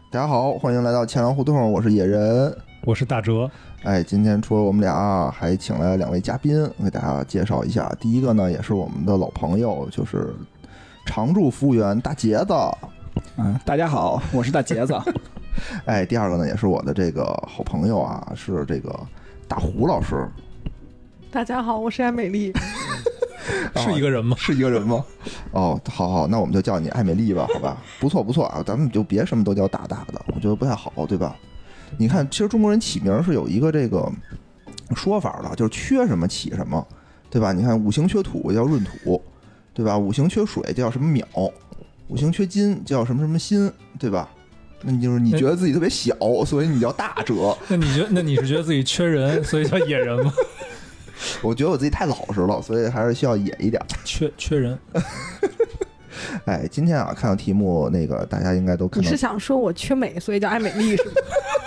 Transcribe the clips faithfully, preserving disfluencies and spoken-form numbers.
大家好，欢迎来到钱粮胡同，我是野人， 我是大哲。 哎，今天除了我们俩，还请来了两位嘉宾，给大家介绍一下。第一个呢，也是我们的老朋友，就是常驻服务员大杰子。 嗯，大家好，我是大杰子。 哎，第二个呢，也是我的这个好朋友啊，是这个大胡老师。 大家好，我是艾美丽。 是一个人吗？ 是一个人吗？哦，好好，那我们就叫你艾美丽吧，好吧？不错不错啊，咱们就别什么都叫大大的，我觉得不太好，对吧？你看，其实中国人起名是有一个这个说法的，就是缺什么起什么，对吧？你看五行缺土叫闰土，对吧？五行缺水叫什么淼，五行缺金叫什么什么辛，对吧？那你就是你觉得自己特别小，所以你叫大哲。 那你觉那你是觉得自己缺人，所以叫野人吗？ 我觉得我自己太老实了，所以还是需要野一点。 缺缺人。 哎，今天啊，看到题目，那个大家应该都看到。 你是想说我缺美，所以叫艾美丽是吗？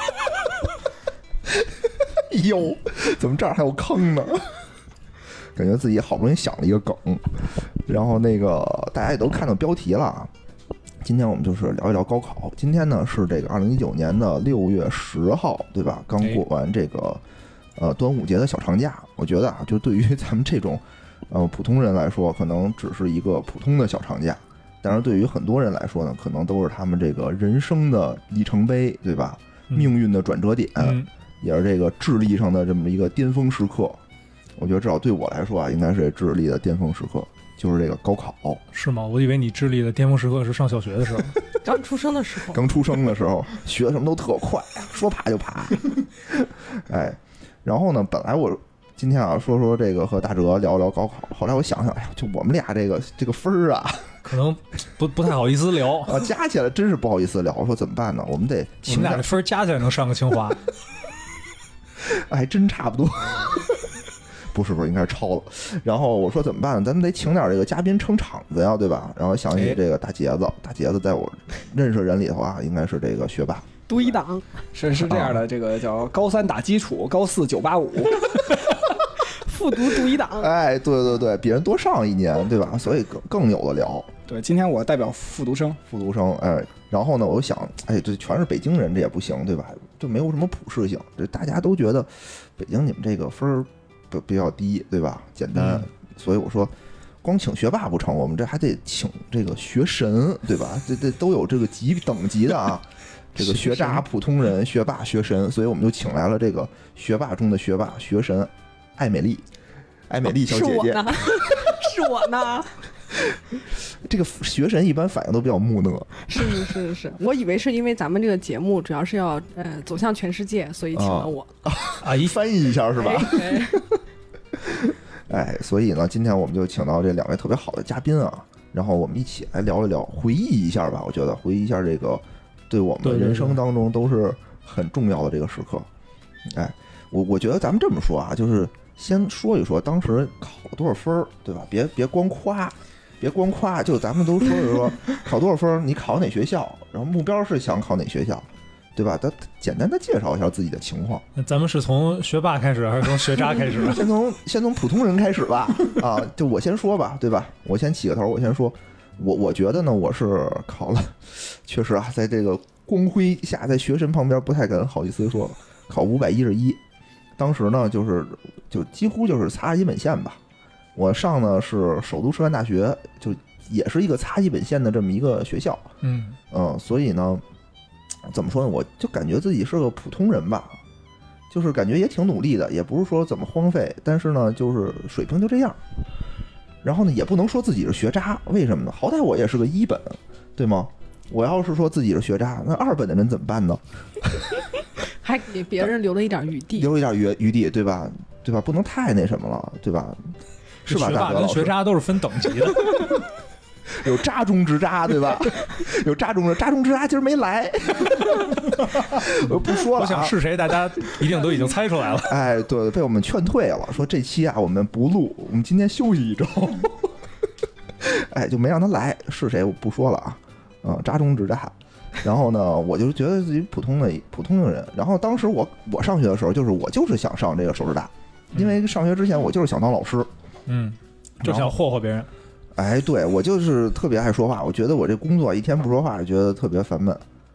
哟，怎么这儿还有坑呢？感觉自己好不容易想了一个梗，然后那个大家也都看到标题了啊。今天我们就是聊一聊高考。今天呢是这个二零一九年的六月十号，对吧？刚过完这个呃端午节的小长假。我觉得啊，就对于咱们这种呃普通人来说，可能只是一个普通的小长假，但是对于很多人来说呢，可能都是他们这个人生的里程碑，对吧？命运的转折点。嗯，也是这个智力上的这么一个巅峰时刻。我觉得至少对我来说啊，应该是智力的巅峰时刻，就是这个高考。是吗？我以为你智力的巅峰时刻是上小学的时候。 刚出生的时候。 刚出生的时候，学什么都特快，说爬就爬。哎，然后呢，本来我今天啊说说这个和大哲聊聊高考，后来我想想，哎呀，就我们俩这个这个分儿啊， 可能不不太好意思聊啊，加起来真是不好意思聊。我说怎么办呢？我们得我们俩这分加起来能上个清华。 还真差不多。不是不是，应该是超了。然后我说怎么办呢？咱们得请点这个嘉宾撑场子呀，对吧？然后想起这个大杰子，大杰子在我认识人里头啊，应该是这个学霸， 读一档， 是是这样的，这个叫高三打基础，高四九八五， 复读读一档。 哎，对对对，比人多上一年，对吧？所以更更有的聊。 对，今天我代表复读生， 复读生，哎，然后呢，我就想，哎，这全是北京人，这也不行，对吧？就没有什么普适性，这大家都觉得北京你们这个分儿比比较低，对吧？简单，嗯、所以我说，光请学霸不成，我们这还得请这个学神，对吧？这这都有这个级等级的啊，这个学渣、普通人、学霸、学神，所以我们就请来了这个学霸中的学霸、学神艾美丽，艾美丽小姐姐， 是我呢，是我呢。 这个学神一般反应都比较木讷， 是是是是，我以为是因为咱们这个节目主要是要呃走向全世界，所以请了我啊，一翻译一下是吧？ 哎, 哎，所以呢，今天我们就请到这两位特别好的嘉宾啊，然后我们一起来聊一聊，回忆一下吧。我觉得回忆一下这个对我们的人生当中都是很重要的这个时刻。哎，我我觉得咱们这么说啊，就是先说一说当时考了多少分，对吧？别别光夸。别光夸，就咱们都说是说考多少分，你考哪学校，然后目标是想考哪学校，对吧？咱简单的介绍一下自己的情况。 咱们是从学霸开始还是从学渣开始？ 先从先从普通人开始吧。啊，就我先说吧，对吧？我先起个头，我先说，我我觉得呢，我是考了，确实啊，在这个光辉下，在学神旁边不太敢好意思说，考五百一十一，当时呢就是就几乎就是擦一本线吧。我上的是首都师范大学，就也是一个擦一本线的这么一个学校， 嗯嗯，所以呢，怎么说呢，我就感觉自己是个普通人吧，就是感觉也挺努力的，也不是说怎么荒废，但是呢，就是水平就这样。然后呢，也不能说自己是学渣，为什么呢？好歹我也是个一本，对吗？我要是说自己是学渣，那二本的人怎么办呢？ 还给别人留了一点余地， 留一点余余地，对吧？对吧？不能太那什么了，对吧？是吧？ 学霸跟学渣都是分等级的， 有渣中之渣，对吧？有渣中之渣中之渣，今儿没来，我不说了、啊。 我想是谁，大家一定都已经猜出来了。 哎，对，被我们劝退了，说这期啊我们不录，我们今天休息一周。哎，就没让他来，是谁我不说了啊。嗯，渣中之渣。然后呢，我就觉得自己普通的普通的人。然后当时我我上学的时候，就是我就是想上这个首师大，因为上学之前我就是想当老师。 嗯，就想霍霍别人。 哎，对，我就是特别爱说话，我觉得我这工作一天不说话，觉得特别烦闷，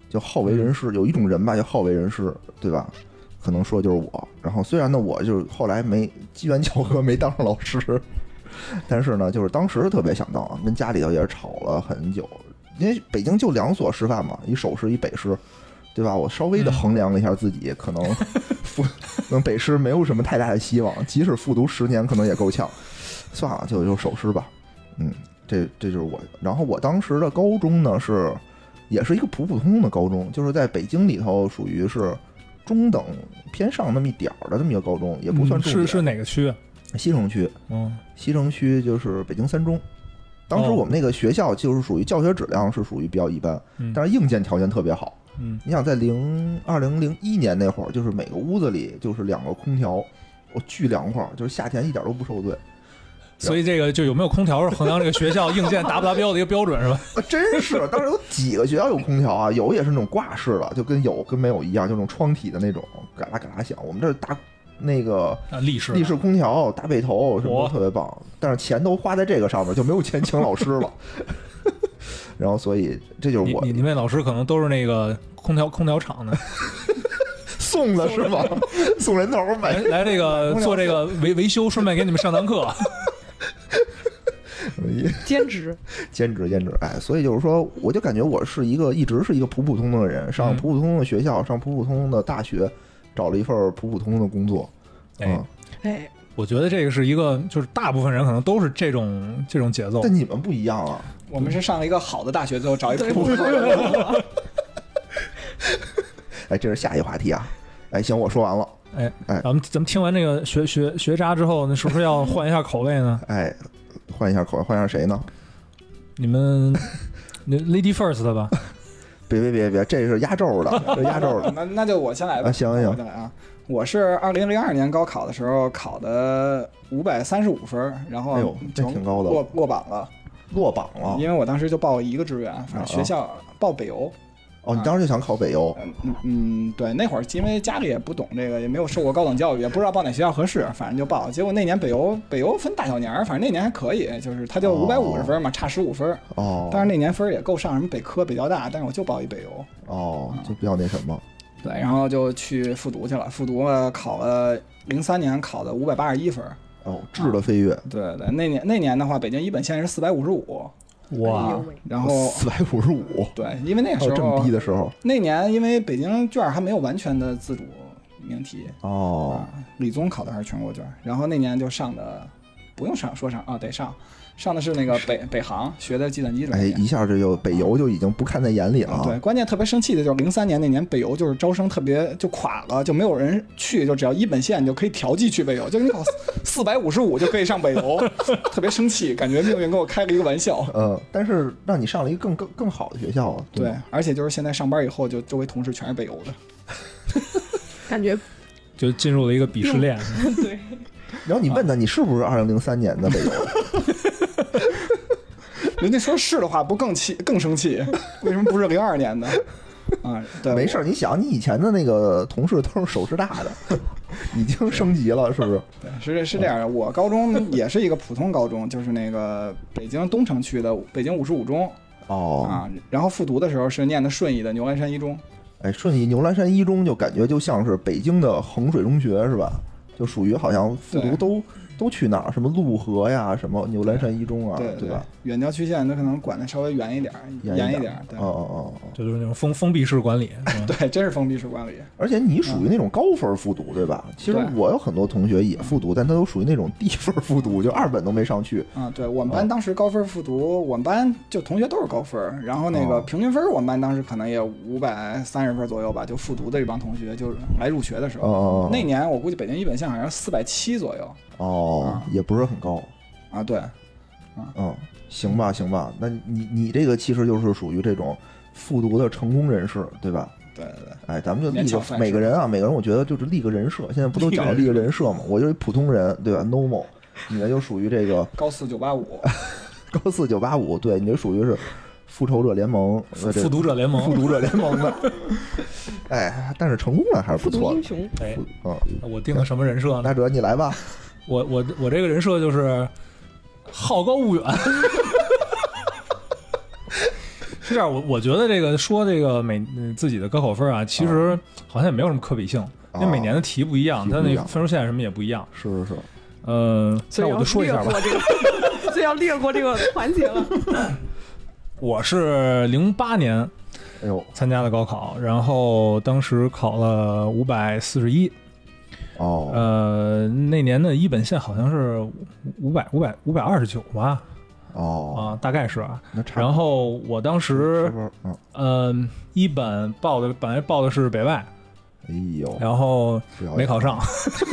就好为人师，有一种人吧，就好为人师，对吧？可能说就是我。然后虽然呢，我就是后来没机缘巧合没当上老师，但是呢，就是当时特别想当，跟家里头也是吵了很久。因为北京就两所师范嘛，一首师一北师，对吧？我稍微的衡量了一下自己，可能复可能北师没有什么太大的希望，即使复读十年可能也够呛。算了，就就首师吧。嗯，这这就是我。然后我当时的高中呢是，也是一个普普通通的高中，就是在北京里头属于是中等偏上那么一点儿的这么一个高中，也不算重点。 嗯、是是哪个区啊？ 西城区。 嗯， 西城区就是北京三中。当时我们那个学校就是属于教学质量是属于比较一般， 嗯、 但是硬件条件特别好。 嗯， 你想在零二零零一年那会儿，就是每个屋子里就是两个空调，我巨凉快，就是夏天一点都不受罪。 所以这个就有没有空调是衡量这个学校硬件达不达标的一个标准，是吧？ 啊，真是，当时有几个学校有空调啊，有也是那种挂式的，就跟有跟没有一样，就那种窗体的那种，嘎啦嘎啦响。我们这大那个啊立式立式空调大背头什么都特别棒，但是钱都花在这个上面，就没有钱请老师了。然后所以这就是我， 你你们老师可能都是那个空调空调厂的。 送的是吗？送人头买来来这个做这个维维修，顺便给你们上堂课。 兼职， 兼职，兼职，哎，所以就是说，我就感觉我是一个一直是一个普普通通的人，上普普通通的学校，上普普通通的大学，找了一份普普通通的工作。 哎哎， 我觉得这个是一个，就是大部分人可能都是这种这种节奏。 但你们不一样啊， 我们是上了一个好的大学，最后找一个普普通的。 哎，这是下一话题啊。哎，行，我说完了。 哎哎， 咱们咱们听完这个学学学渣之后，那是不是要换一下口味呢？ 哎，换一下口味，换一下谁呢？ 你们那 Lady First 的吧？ 别别别别，这是压轴的，这是压轴的。 那那就我先来吧。 啊，行行， 我先来啊。我是二零零二年高考的时候考的五百三十五分，然后哎呦，这挺高的， 落落榜了， 落榜了。 因为我当时就报一个志愿，反正学校报北邮。 哦，你当时就想考北邮？ 嗯嗯，对，那会儿因为家里也不懂这个，也没有受过高等教育，也不知道报哪学校合适，反正就报。结果那年北邮北邮分大小年，反正那年还可以，就是它就五百五十分嘛，差十五分。 哦。 但是那年分也够上什么北科、北交大，但是我就报一北邮。 哦，就比较那什么。 对，然后就去复读去了，复读了，考了零三年考的五百八十一分。 哦，质的飞跃。 对对，那年那年的话，北京一本线是四百五十五。 哇， 然后四百五十五， 对，因为那个时候这么低的时候， 那年因为北京卷还没有完全的自主命题哦、 啊，理综考的还是全国卷，然后那年就上的不用上说上啊，得上上的是那个北北航学的计算机专业， 哎，一下这就北邮就已经不看在眼里了、啊。 对，关键特别生气的就是零三年那年北邮就是招生特别就垮了，就没有人去，就只要一本线你就可以调剂去北邮，就你考四百五十五就可以上北邮，特别生气，感觉命运给我开了一个玩笑。 嗯，但是让你上了一个更更更好的学校啊。 对，而且就是现在上班以后，就周围同事全是北邮的， 感觉就进入了一个鄙视链。 对。 然后你问他，你是不是二零零三年的北邮？ 人家说是的话，不更气更生气？为什么不是零二年的？啊，对， 没事，你想，你以前的那个同事都是首师大的，已经升级了，是不是？ 对，是是这样的。我高中也是一个普通高中，就是那个北京东城区的北京五十五中。 哦啊，然后复读的时候是念的顺义的牛栏山一中。 哎，顺义牛栏山一中就感觉就像是北京的衡水中学，是吧？就属于好像复读都都去哪儿，什么陆河呀，什么牛栏山一中啊， 对对, 对吧？ 远郊区县都可能管的稍微严一点，严一点。对， 哦哦哦， 就是那种封封闭式管理。 对，真是封闭式管理。 而且你属于那种高分复读，对吧？其实我有很多同学也复读，但他都属于那种低分复读，就二本都没上去。 啊，对我们班当时高分复读，我们班就同学都是高分，然后那个平均分我们班当时可能也五百三十分左右吧，就复读的这帮同学就来入学的时候， 哦那年我估计北京一本线好像四百七左右。 哦，也不是很高啊，对， 啊，嗯，行吧，行吧，那你你这个其实就是属于这种复读的成功人士，对吧？ 对对对， 哎，咱们就立个每个人啊，每个人我觉得就是立个人设，现在不都讲了立个人设吗？我就是普通人，对吧 ？normal， 你呢就属于这个高四九八五， 高四九八五，对，你这属于是复仇者联盟、 复读者联盟、 复读者联盟的。哎，但是成功了还是不错的。 英雄， 哎， 嗯， 我定的什么人设呢？ 大哲，你来吧。 我我我这个人设就是好高骛远。 是这样，我我觉得这个说这个每自己的高考分啊，其实好像也没有什么可比性，因为每年的题不一样，它那分数线什么也不一样。 是是是。 呃，那我就说一下吧。 所以要略过这个环节了。 我是零八年， 哎呦， 参加的高考，然后当时考了五百四十一。 哦， 呃，那年的一本线好像是五百五百五百二十九吧。 哦， 啊，大概是啊。 那差。 然后我当时， 嗯， 呃，一本报的本来报的是北外， 哎呦， 然后没考上。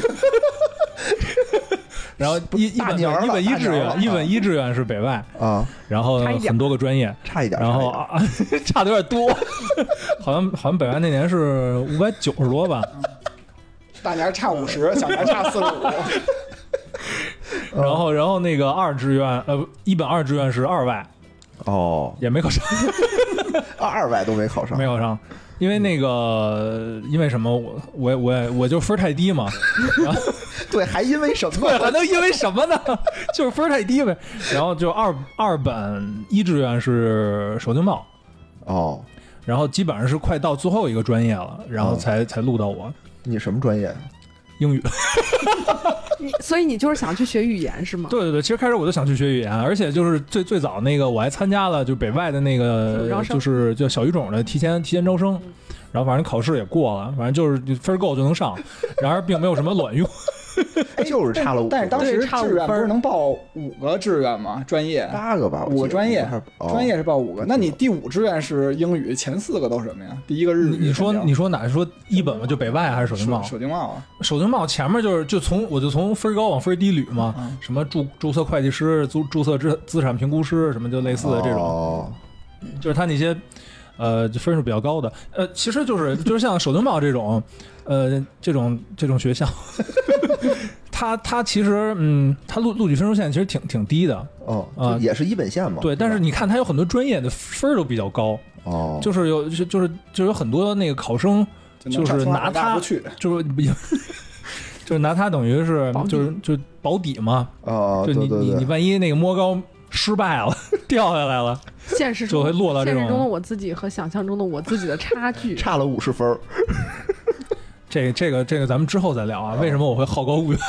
然后一一本一本一志愿，一本一志愿是北外啊， 然后很多个专业， 差一点， 然后啊差的有点多，好像好像北外那年是五百九十多吧， 大年差五十，小年差四十五。 然后然后那个二志愿呃一本二志愿是二外， 哦， 也没考上， 二外都没考上， 没考上。因为那个，因为什么？我我我我就分太低嘛。然后对，还因为什么？ 对，还能因为什么呢？就是分太低呗。然后就二二本一志愿是首经贸， 哦， 然后基本上是快到最后一个专业了，然后才、哦、才录到我。 你什么专业？ 英语。 你所以你就是想去学语言是吗？ 对对对，其实开始我就想去学语言，而且就是最最早那个我还参加了就北外的那个就是叫小语种的提前提前招生，然后反正考试也过了，反正就是分够就能上，然而并没有什么卵用。 就是差了五， 但是当时志愿不是能报五个志愿吗？专业八个吧， 五个专业， 哦、 专业是报五个。那你第五志愿是英语，前四个都是什么呀？第一个日语。 你说你说哪说一本吗？就北外还是首经贸？ 首经贸啊， 首经贸前面就是就从我就从分高往分低捋嘛，嗯、什么注注册会计师、注注册资资产评估师什么就类似的这种， 哦、 就是他那些。呃，分数比较高的，呃，其实就是就是像首经贸这种，呃，这种这种学校，它它其实嗯，它录录取分数线其实挺挺低的， 哦，呃、也是一本线嘛。 对，但是你看它有很多专业的分都比较高， 哦， 就是有就就是就有很多那个考生就是拿它就是就是拿它等于是就是就保底嘛， 哦， 就你对对对你你万一那个摸高。失败了，掉下来了， 现实中就会落到这种现实中的我自己和想象中的我自己的差距， 差了五十分。 这这个这个咱们之后再聊啊。为什么我会好高骛远？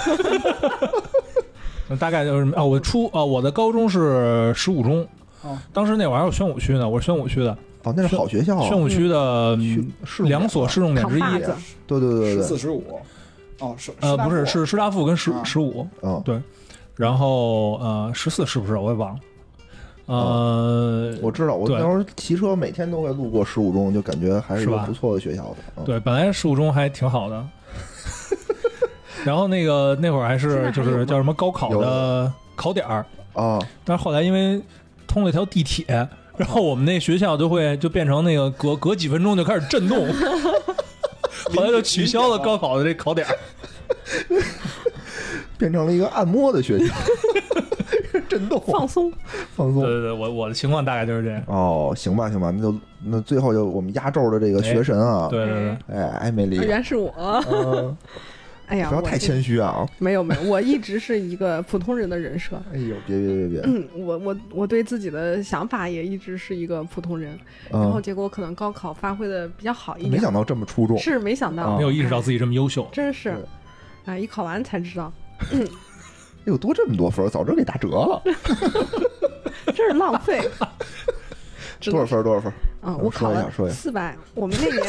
大概就是啊，我初啊，我的高中是十五中， 哦， 当时那会儿还有宣武区呢，我是宣武区的。 哦，那是好学校啊。 宣武区的两所市重点之一。 对对对对， 十四十五。哦，是呃不是是师大附跟十十五。 嗯， 对。然后呃，十四是不是我也忘了？呃、 嗯，我知道，我那时候骑车每天都会路过十五中，就感觉还是一个不错的学校的。嗯、 对，本来十五中还挺好的。然后那个那会儿还是就是叫什么高考的考点儿啊， 但是后来因为通了一条地铁，然后我们那学校就会就变成那个隔隔几分钟就开始震动，后来就取消了高考的这考点儿。 变成了一个按摩的学校，震动放松放松。 对对对，我我的情况大概就是这样。 哦，行吧行吧，那就那最后就我们压轴的这个学神啊， 哎、对对对， 哎，艾美丽， 原是我。 呃、 哎呀， 不要太谦虚啊！ 没有没有，我一直是一个普通人的人设。 哎呦，别别别别！ 嗯，我我我对自己的想法也一直是一个普通人，嗯、然后结果可能高考发挥的比较好一点， 没想到这么出众， 是没想到， 没有意识到自己这么优秀， 真是，哎，一考完才知道。 嗯，有多这么多分，早知道给打折了， 真是浪费。 多少分？多少分？ 嗯，我考了四百，我们那年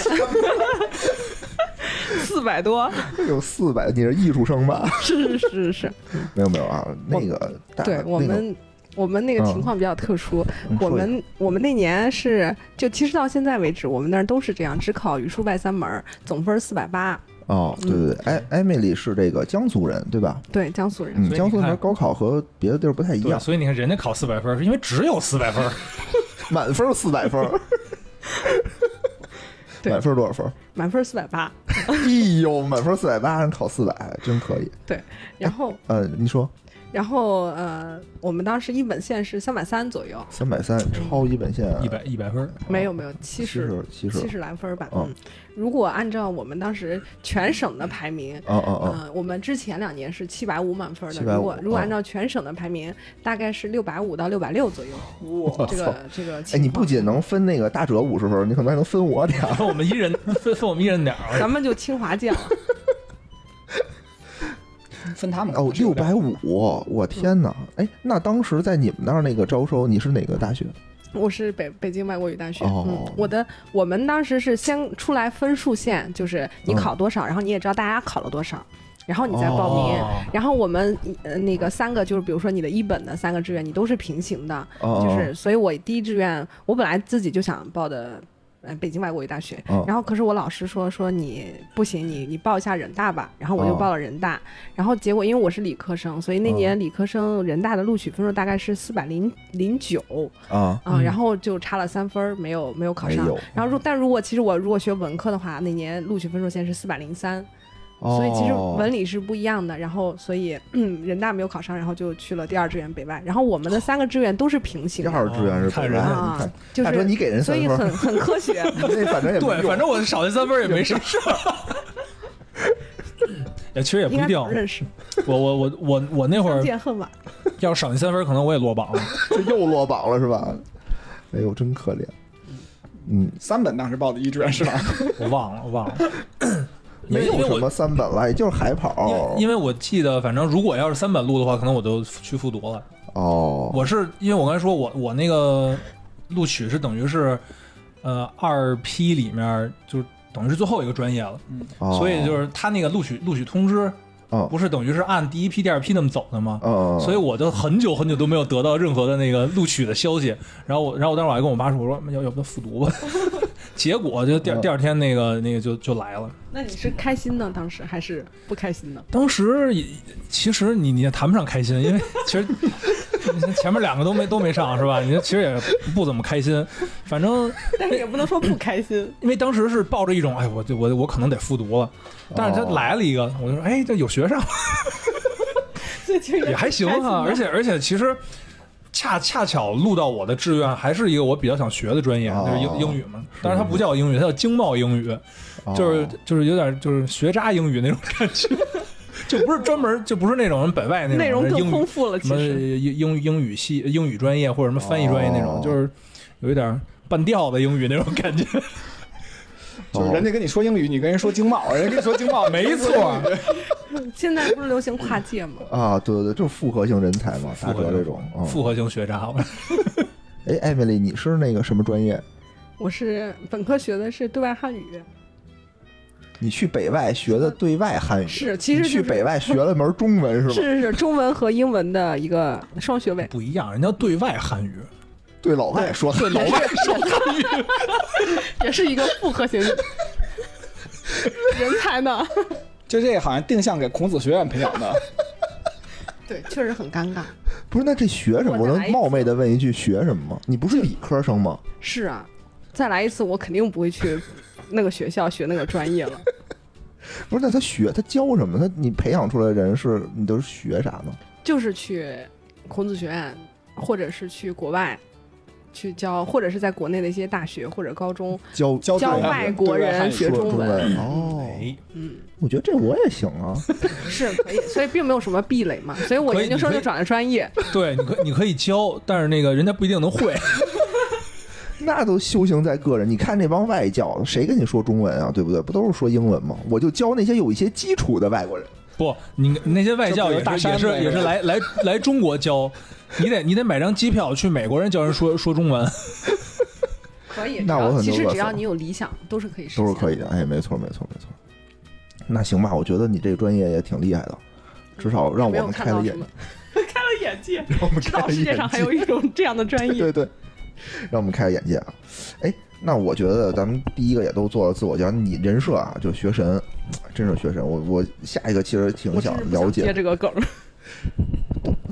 四百多， 有四百，你是艺术生吧？ 是是是是， 没有没有啊，那个对我们我们那个情况比较特殊，我们我们那年是就其实到现在为止，我们那儿都是这样，只考语数外三门，总分四百八。 哦，对对对，艾艾米丽是这个江苏人，对吧？ 对，江苏人。 嗯，江苏那边高考和别的地儿不太一样， 所以你看人家考四百分，是因为只有四百分， 满分四百分。满分多少分？ 满分四百八。 哎呦，满分四百八，人考四百，真可以。 对，然后呃，你说， 然后呃，我们当时一本线是三百三左右， 三百三超一本线一百一百分， 没有没有七十七十七十来分吧。 嗯， 如果按照我们当时全省的排名， 嗯嗯嗯， 呃，我们之前两年是七百五满分的， 七百五如果如果按照全省的排名，大概是六百五到六百六左右。 哇， 这个这个情哎， 况， 你不仅能分那个大哲五十分，你可能还能分我点儿。 分我们一人分分我们一人点儿， 咱们就清华见了。 分他们哦，六百五，我天哪！哎，那当时在你们那儿那个招收，你是哪个大学？ 我是北北京外国语大学， 哦嗯，我的我们当时是先出来分数线，就是你考多少，然后你也知道大家考了多少，然后你再报名。 哦然后我们呃那个三个就是比如说你的一本的三个志愿，你都是平行的， 哦就是所以我第一志愿我本来自己就想报的。呃，北京外国语大学， 哦然后可是我老师说说你不行，你你报一下人大吧，然后我就哦报了人大，然后结果因为我是理科生，所以那年理科生人大的录取分数大概是四百零零九， 啊， 啊、然后就差了三分儿，没有没有考上。 哎呦然后如但如果其实我如果学文科的话，那年录取分数线是四百零三， 哦所以其实文理是不一样的。然后所以嗯，人大没有考上，然后就去了第二志愿北外。然后我们的三个志愿都是平行的， 第二志愿是北外， 看人你啊看， 就大哲你是给人三分， 所以很很科学。 那反正也没对， 用反正我少那三分也没事。也其实也不应该一定， 不认识， 我我我我我那会相儿见恨晚。 要是少那三分，可能我也落榜了。 这又落榜了是吧？哎呦，真可怜。嗯， 三本当时报的一志愿是吧？ 我忘了，我忘了。因为没有因为我什么三本了，也就是海跑。 因为因为我记得，反正如果要是三本录的话，可能我就去复读了。 哦， 我是因为我刚才说我我那个录取是等于是呃二批里面就等于是最后一个专业了， 哦所以就是他那个录取录取通知哦不是等于是按第一批第二批那么走的吗？ 嗯， 所以我就很久很久都没有得到任何的那个录取的消息。然后我，然后我当时我还跟我妈说，我说要要不要复读吧？结果就第二嗯第二天那个那个就就来了。 那你是开心呢？当时还是不开心呢？ 当时也其实你你也谈不上开心，因为其实前面两个都没都没上是吧？你其实也不怎么开心，反正但是也不能说不开心。 因为当时是抱着一种哎我就我我可能得复读了，但是他来了一个，我就说哎这有学上。 所以其实也还行啊，而且而且其实恰恰巧录到我的志愿还是一个我比较想学的专业， 哦就是英英语嘛。当然它不叫英语，它叫经贸英语， 哦就是就是有点就是学渣英语那种感觉，就不是专门就不是那种北外那种内容更英语丰富了。 什么其实英英英语系英语专业或者什么翻译专业那种， 哦就是有一点半吊的英语那种感觉。 就是人家跟你说英语，你跟人说经贸，人家跟你说经贸， 没错。 现在不是流行跨界吗？ 啊，对对对，就是复合型人才嘛，大哲这种。嗯复合型学渣。 哎，艾米丽，你是那个什么专业？ 我是本科学的是对外汉语， 你去北外学的对外汉语， 是其实你去就是北外学了门中文是吧？ 是是是中文和英文的一个双学位。 不一样，人家对外汉语， 对老外说的， 对老外说汉语。 也是一个复合型人才呢。 就这个好像定向给孔子学院培养的。 对，确实很尴尬。 不是？那这学什么？我我再来一次能冒昧的问一句，学什么吗？你不是理科生吗？ 是啊，再来一次，我肯定不会去那个学校学那个专业了。 不是，那他学他教什么？他你培养出来的人是你都是学啥呢？ 就是去孔子学院，或者是去国外去教，或者是在国内的一些大学或者高中教教教对外外国人学说中中文。 文哦。 哎， 嗯， 我觉得这我也行啊。 是可以，所以并没有什么壁垒嘛。所以我可以研究生就转了专业。 对，你可你可以教，但是那个人家不一定能会。 那都修行在个人。你看那帮外教，谁跟你说中文啊？对不对？不都是说英文吗？我就教那些有一些基础的外国人。 不，你那些外教也就比如大山是也是那个也是来来来中国教，你得你得买张机票去美国人教人说说中文。 可以， 那我很其实多恶俗只要你有理想，都是可以实现。 都是可以的。哎，没错，没错，没错。那行吧，我觉得你这个专业也挺厉害的，至少让我没有们开了眼看到什么，开了眼界， 让我们知道开了眼界。 世界上还有一种这样的专业。 对对，让我们开了眼界啊！哎，那我觉得咱们第一个也都做了自我介绍，你人设啊，就学神，真是学神。我我下一个其实挺想我真是不想接了解， 这个梗。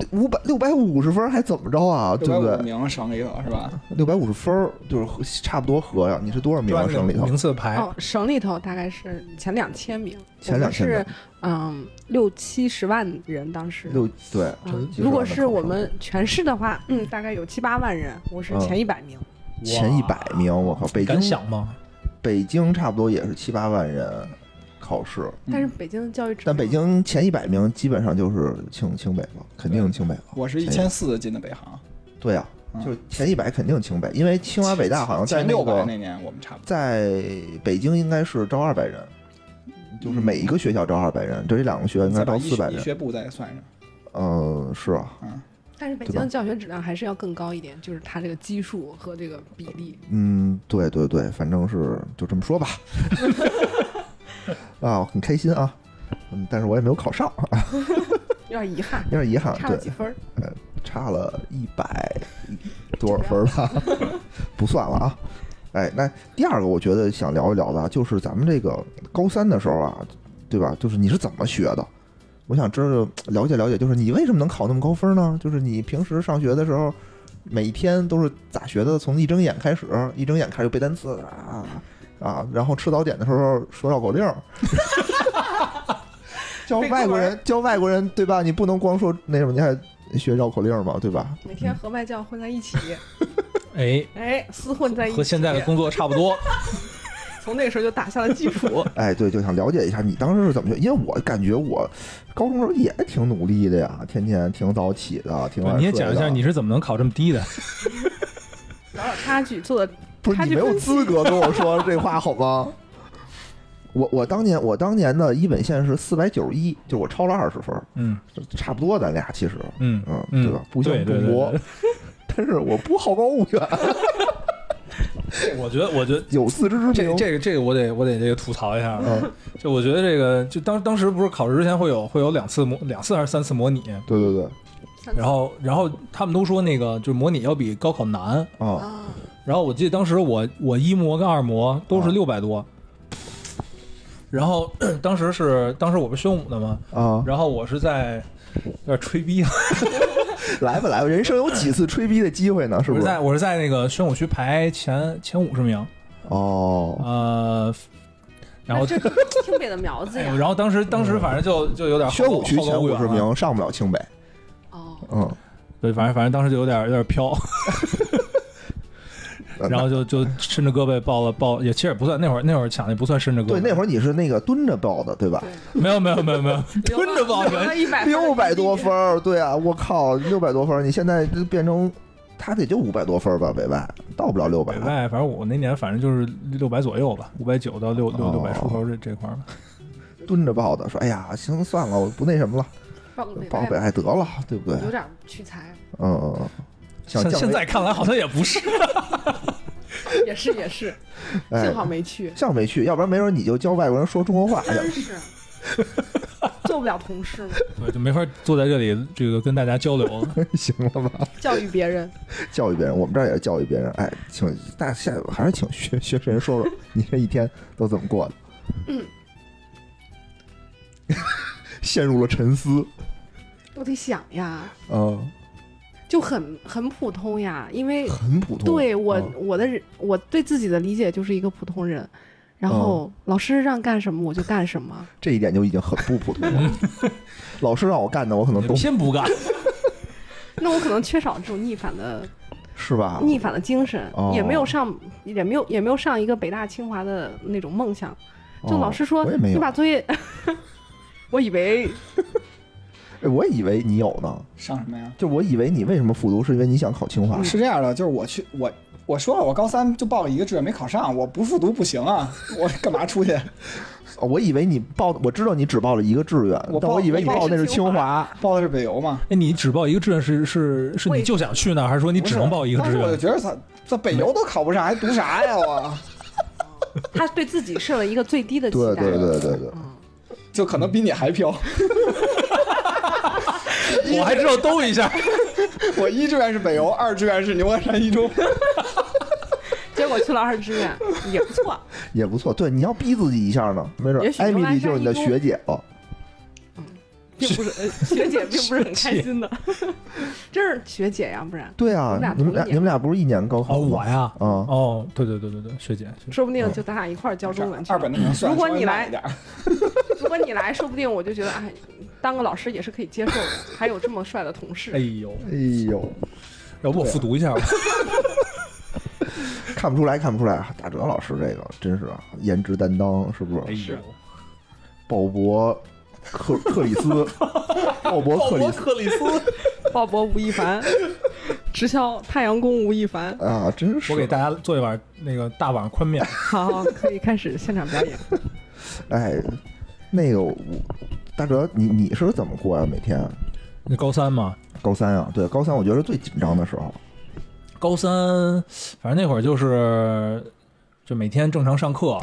五百六百五十分还怎么着啊？对不对？ 名省里头是吧？ 六百五十分就是差不多合呀。你是多少名啊？省里头名次排哦，省里头大概是前两千名， 前两千是嗯六七十万人当时。 六对、 嗯，如果是我们全市的话，嗯，大概有七八万人，我是前一百名。 嗯、前一百名，我靠！北京敢想吗？ 北京差不多也是七八万人。考试， 但是北京的教育， 但北京前一百名基本上就是清清北了，肯定清北了。 我是一千四进的北航。 对啊，嗯、就是前一百肯定清北，因为清华北大好像在那个那年我们差不多在北京应该是招二百人，就是每一个学校招二百人，这两个学校应该招四百人。 医学部再算上， 嗯、呃，是啊， 嗯。 但是北京的教学质量还是要更高一点，就是它这个基数和这个比例。 嗯，对对对，反正是就这么说吧。啊，很开心啊，嗯，但是我也没有考上， 有点遗憾， 有点遗憾， 差了几分？ 呃，差了一百多少分了，不算了啊。哎，那第二个我觉得想聊一聊的，就是咱们这个高三的时候啊，对吧？就是你是怎么学的？我想知道了解了解，就是你为什么能考那么高分呢？就是你平时上学的时候，每天都是咋学的？从一睁眼开始，一睁眼开始背单词啊。啊，然后吃早点的时候说绕口令，教外国人教外国人对吧？你不能光说那什么，你还学绕口令嘛，对吧？ 每天和外教混在一起， 哎哎，厮混在一起， 和现在的工作差不多。 从那个时候就打下了基础。 哎，对，就想了解一下你当时是怎么学，因为我感觉我高中时候也挺努力的呀，天天挺早起的，挺晚睡的。 你也讲一下你是怎么能考这么低的？ 找找差距，做的。 不是你没有资格跟我说这话好吗？我我当年我当年的一本线是四百九十一，就我超了二十分， 嗯， 差不多咱俩其实， 嗯嗯，对吧？不像中国，但是我不好高骛远。 我觉得，我觉得有自知之明。 这个、这个这个我得我得这个吐槽一下。嗯，就我觉得这个就当当时不是考试之前会有会有两次模两次还是三次模拟？ 对对对。 然后然后他们都说那个就是模拟要比高考难啊。 哦然后我记得当时我我一模跟二模都是六百多，啊、然后当时是当时我不是宣武的吗？ 啊， 然后我是在有点吹逼， 来吧来吧，人生有几次吹逼的机会呢？是不是？ 我是在我是在那个宣武区排前前五十名。 哦， 呃，然后这清北的苗子呀。 然后当时当时反正就就有点宣武区前五十名上不了清北。 哦， 嗯， 对，反正反正当时就有点有点飘。然后就就伸着胳膊报了报，也其实也不算，那会儿那会儿抢的不算伸着胳膊。 对，那会儿你是那个蹲着报的，对吧？ 对没有没有没有没有，蹲着报六百多分，对啊，我靠，六百多分，你现在就变成他得就五百多分吧，北外到不了六百。 北外反正我那年反正就是六百左右吧，五百九到六六六百出头这这块儿。 蹲着报的，说哎呀，行算了，我不那什么了， 报个报北外得了，对不对？ 有点屈才。 嗯嗯嗯。 现现在看来好像也不是， 也是也是，幸好没去， 幸好没去，要不然没准你就教外国人说中国话去。 真是做不了同事嘛， 对，就没法坐在这里这个跟大家交流了。 行了吧？ 教育别人， 教育别人，我们这儿也是教育别人。哎，请大家现在还是请学学生说说你这一天都怎么过的？ 嗯， 陷入了沉思。 我得想呀， 嗯。 就很很普通呀，因为很普通。 对我、 嗯、 我的我对自己的理解就是一个普通人，然后老师让干什么我就干什么， 这一点就已经很不普通了。老师让我干的，我可能都偏不干。 那我可能缺少这种逆反的， 是吧？ 逆反的精神， 哦、 也没有上，也没有也没有上一个北大清华的那种梦想。就老师说、 哦、 你把作业，我以为。 我以为你有呢， 上什么呀？ 就我以为你为什么复读，是因为你想考清华。 是这样的，就是我去我我说了，我高三就报了一个志愿没考上，我不复读不行啊，我干嘛出去？ 我以为你报，我知道你只报了一个志愿， 我但我以为你报的那是清华， 报的是北邮嘛。 哎，你只报一个志愿是是是你就想去呢，还是说你只能报一个志愿？ 我就觉得他这北邮都考不上，还读啥呀我？ 他对自己设了一个最低的期待， 对对对对对， 嗯、 就可能比你还飘。 我还知道兜一下， 我一志愿是北邮，二志愿是牛栏山一中， 结果去了二志愿，也不错， 也不错。对，你要逼自己一下呢，没准艾米丽就是你的学姐了。 嗯， 并不是、呃、学姐并不是很开心的。这是学姐呀，不然对啊，你们俩你们俩不是一年高考吗？哦，我呀， 啊、嗯， 哦，对对对对对，学姐， 说不定就咱俩一块儿教中文去。 二本的能算。 如果你来，如果你来，说不定我就觉得，哎，当个老师也是可以接受的。还有这么帅的同事， 哎呦， 哎呦， 要不我复读一下吧？ 看不出来，看不出来，大哲老师这个真是颜值担当，是不是？ 哎呦， 鲍勃克克里斯，鲍勃克里斯， 克里斯， 鲍勃吴亦凡，直销太阳宫吴亦凡啊，真是！ 我给大家做一碗那个大碗宽面。 好，可以开始现场表演。 哎，那个我大哲，你你是怎么过呀？每天？ 那高三嘛？ 高三啊，对，高三我觉得是最紧张的时候。 高三，反正那会儿就是就每天正常上课。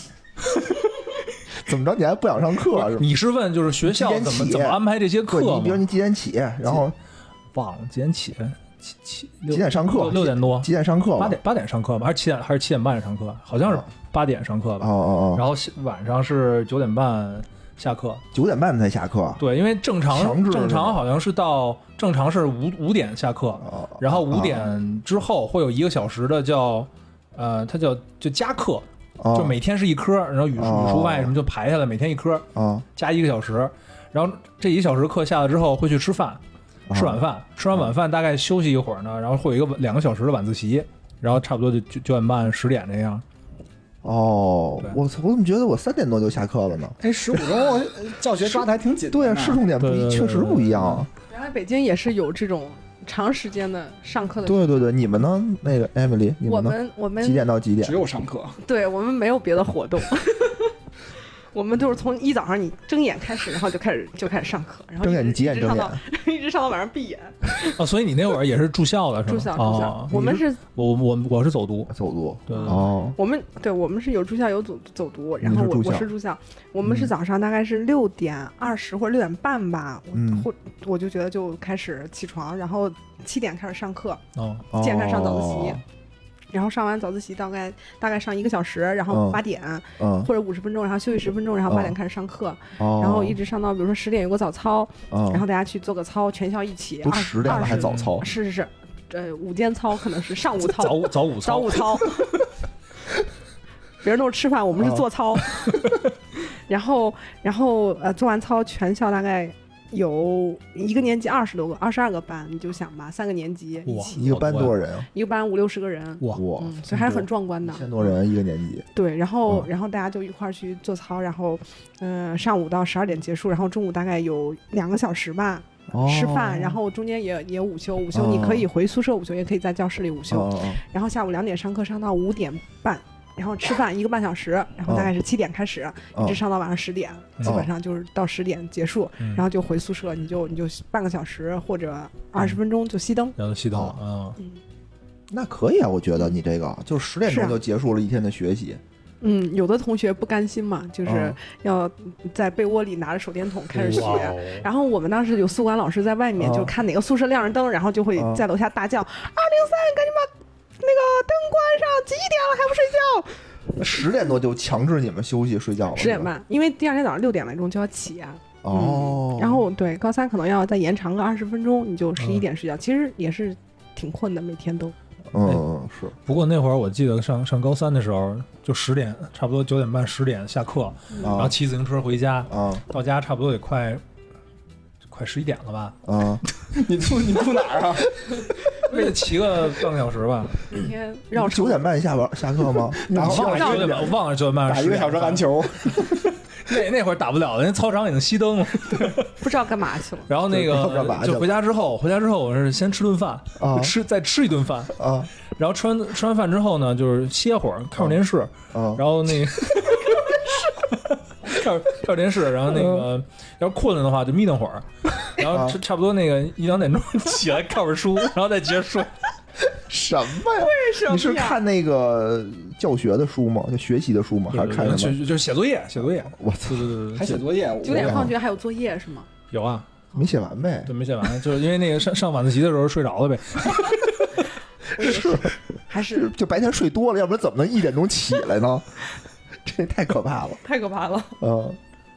怎么着？你还不想上课啊？是你是问就是学校怎么怎么安排这些课吗？ 你比如你几点起，然后忘了几点起，七七几点上课？ 六点多。 几点上课？ 八点八点上课吧？还是七点还是七点半上课？好像是八点上课吧？ 哦哦哦。 然后晚上是九点半下课。 九点半才下课？ 对，因为正常正常好像是到正常是五五点下课， 哦、 然后五点之后会有一个小时的叫呃，它叫就加课。就每天是一科，然后语数语数外什么就排下来，每天一科，加一个小时，然后这一小时课下了之后会去吃饭，吃晚饭，吃完晚饭大概休息一会儿呢，然后会有一个两个小时的晚自习，然后差不多就九九点半十点这样。 哦，我操！我怎么觉得我三点多就下课了呢？ 哎，十五中教学抓的还挺紧。 对啊，市重点不一，确实不一样。 原来北京也是有这种长时间的上课的。 对对对，你们呢？那个 Emily， 你们呢？ 我们我们几点到几点？ 只有上课。 对，我们没有别的活动。我们就是从一早上你睁眼开始，然后就开始就开始上课，然后睁眼你几点睁眼？ 一直上到晚上闭眼。 哦，所以你那会儿也是住校的是吗？ 住校，住校。 哦、 我们是， 我我我是走读， 走读。 对哦。 我们对，我们是有住校有走走读，然后我我是住校，我们是早上大概是六点二十或者六点半吧， 嗯， 或我就觉得就开始起床，然后七点开始上课， 哦， 七点开始上早自习。哦，然后上完早自习大概大概上一个小时，然后八点、 嗯、 或者五十分钟，然后休息十分钟，然后八点开始上课， 哦、 然后一直上到比如说十点有个早操， 哦、 然后大家去做个操，全校一起。 都十点了还早操？ 是是是，呃，午间操可能是上午操， 早早午操， 早午操。别人都是吃饭，我们是做操。哦、然后然后呃做完操，全校大概有一个年级二十多个，二十二个班，你就想吧，三个年级一起， 一个班多少人啊？ 一个班五六十个人， 哇、 嗯，所以还是很壮观的。 一千多人一个年级。 对，然后、嗯、然后大家就一块儿去做操，然后嗯、呃、上午到十二点结束，然后中午大概有两个小时吧。 哦、 吃饭，然后中间也也午休，午休你可以回宿舍午休，哦、也可以在教室里午休。 哦、 然后下午两点上课，上到五点半。然后吃饭一个半小时，然后大概是七点开始， 哦、 一直上到晚上十点， 哦、 基本上就是到十点结束， 嗯、 然后就回宿舍，你就你就半个小时或者二十分钟就熄灯， 然后熄灯啊、 哦嗯，那可以啊，我觉得你这个就十点钟就结束了一天的学习。 嗯，有的同学不甘心嘛，就是要在被窝里拿着手电筒开始学。哦、然后我们当时有宿管老师在外面，哦、就看哪个宿舍亮着灯，然后就会在楼下大叫：“二零三，赶紧把那个灯关上！几点了还不睡觉？” 十点多就强制你们休息睡觉了。 十点半，因为第二天早上六点来钟就要起啊。 哦、 嗯。然后对高三可能要再延长个二十分钟，你就十一点睡觉。嗯、其实也是挺困的，每天都。 嗯，是。 不过那会儿我记得上上高三的时候，就十点，差不多九点半十点下课， 嗯、 然后骑自行车回家， 啊、 到家差不多得快快十一点了吧？ 啊， 你住你住哪儿啊？ 为了骑个半个小时吧。 每天绕九点半下班下课吗？ 打忘了九点半，我忘了九点半打一个小时篮球。 那那会儿打不了了，那操场已经熄灯了， 不知道干嘛去了。 然后那个就回家之后，回家之后我是先吃顿饭， 啊、 吃再吃一顿饭啊， 然后吃完吃完饭之后呢，就是歇会儿，看会儿电视， 啊、 然后那个看看会儿电视，然后那个、嗯、要是困了的话就眯瞪会儿，然后差不多那个一两点钟起来看会儿书，然后再接着睡。 什么呀？ 为什么？ 你是看那个教学的书吗？就学习的书吗？还是看什么？ 就就是写作业，写作业。 我操！ 对对对对， 还写作业？ 九点放学还有作业是吗？ 有啊， 没写完呗。 对，没写完，就是因为那个上上晚自习的时候睡着了呗。 是， 还是就白天睡多了，要不然怎么能一点钟起来呢？这太可怕了， 太可怕了。 嗯，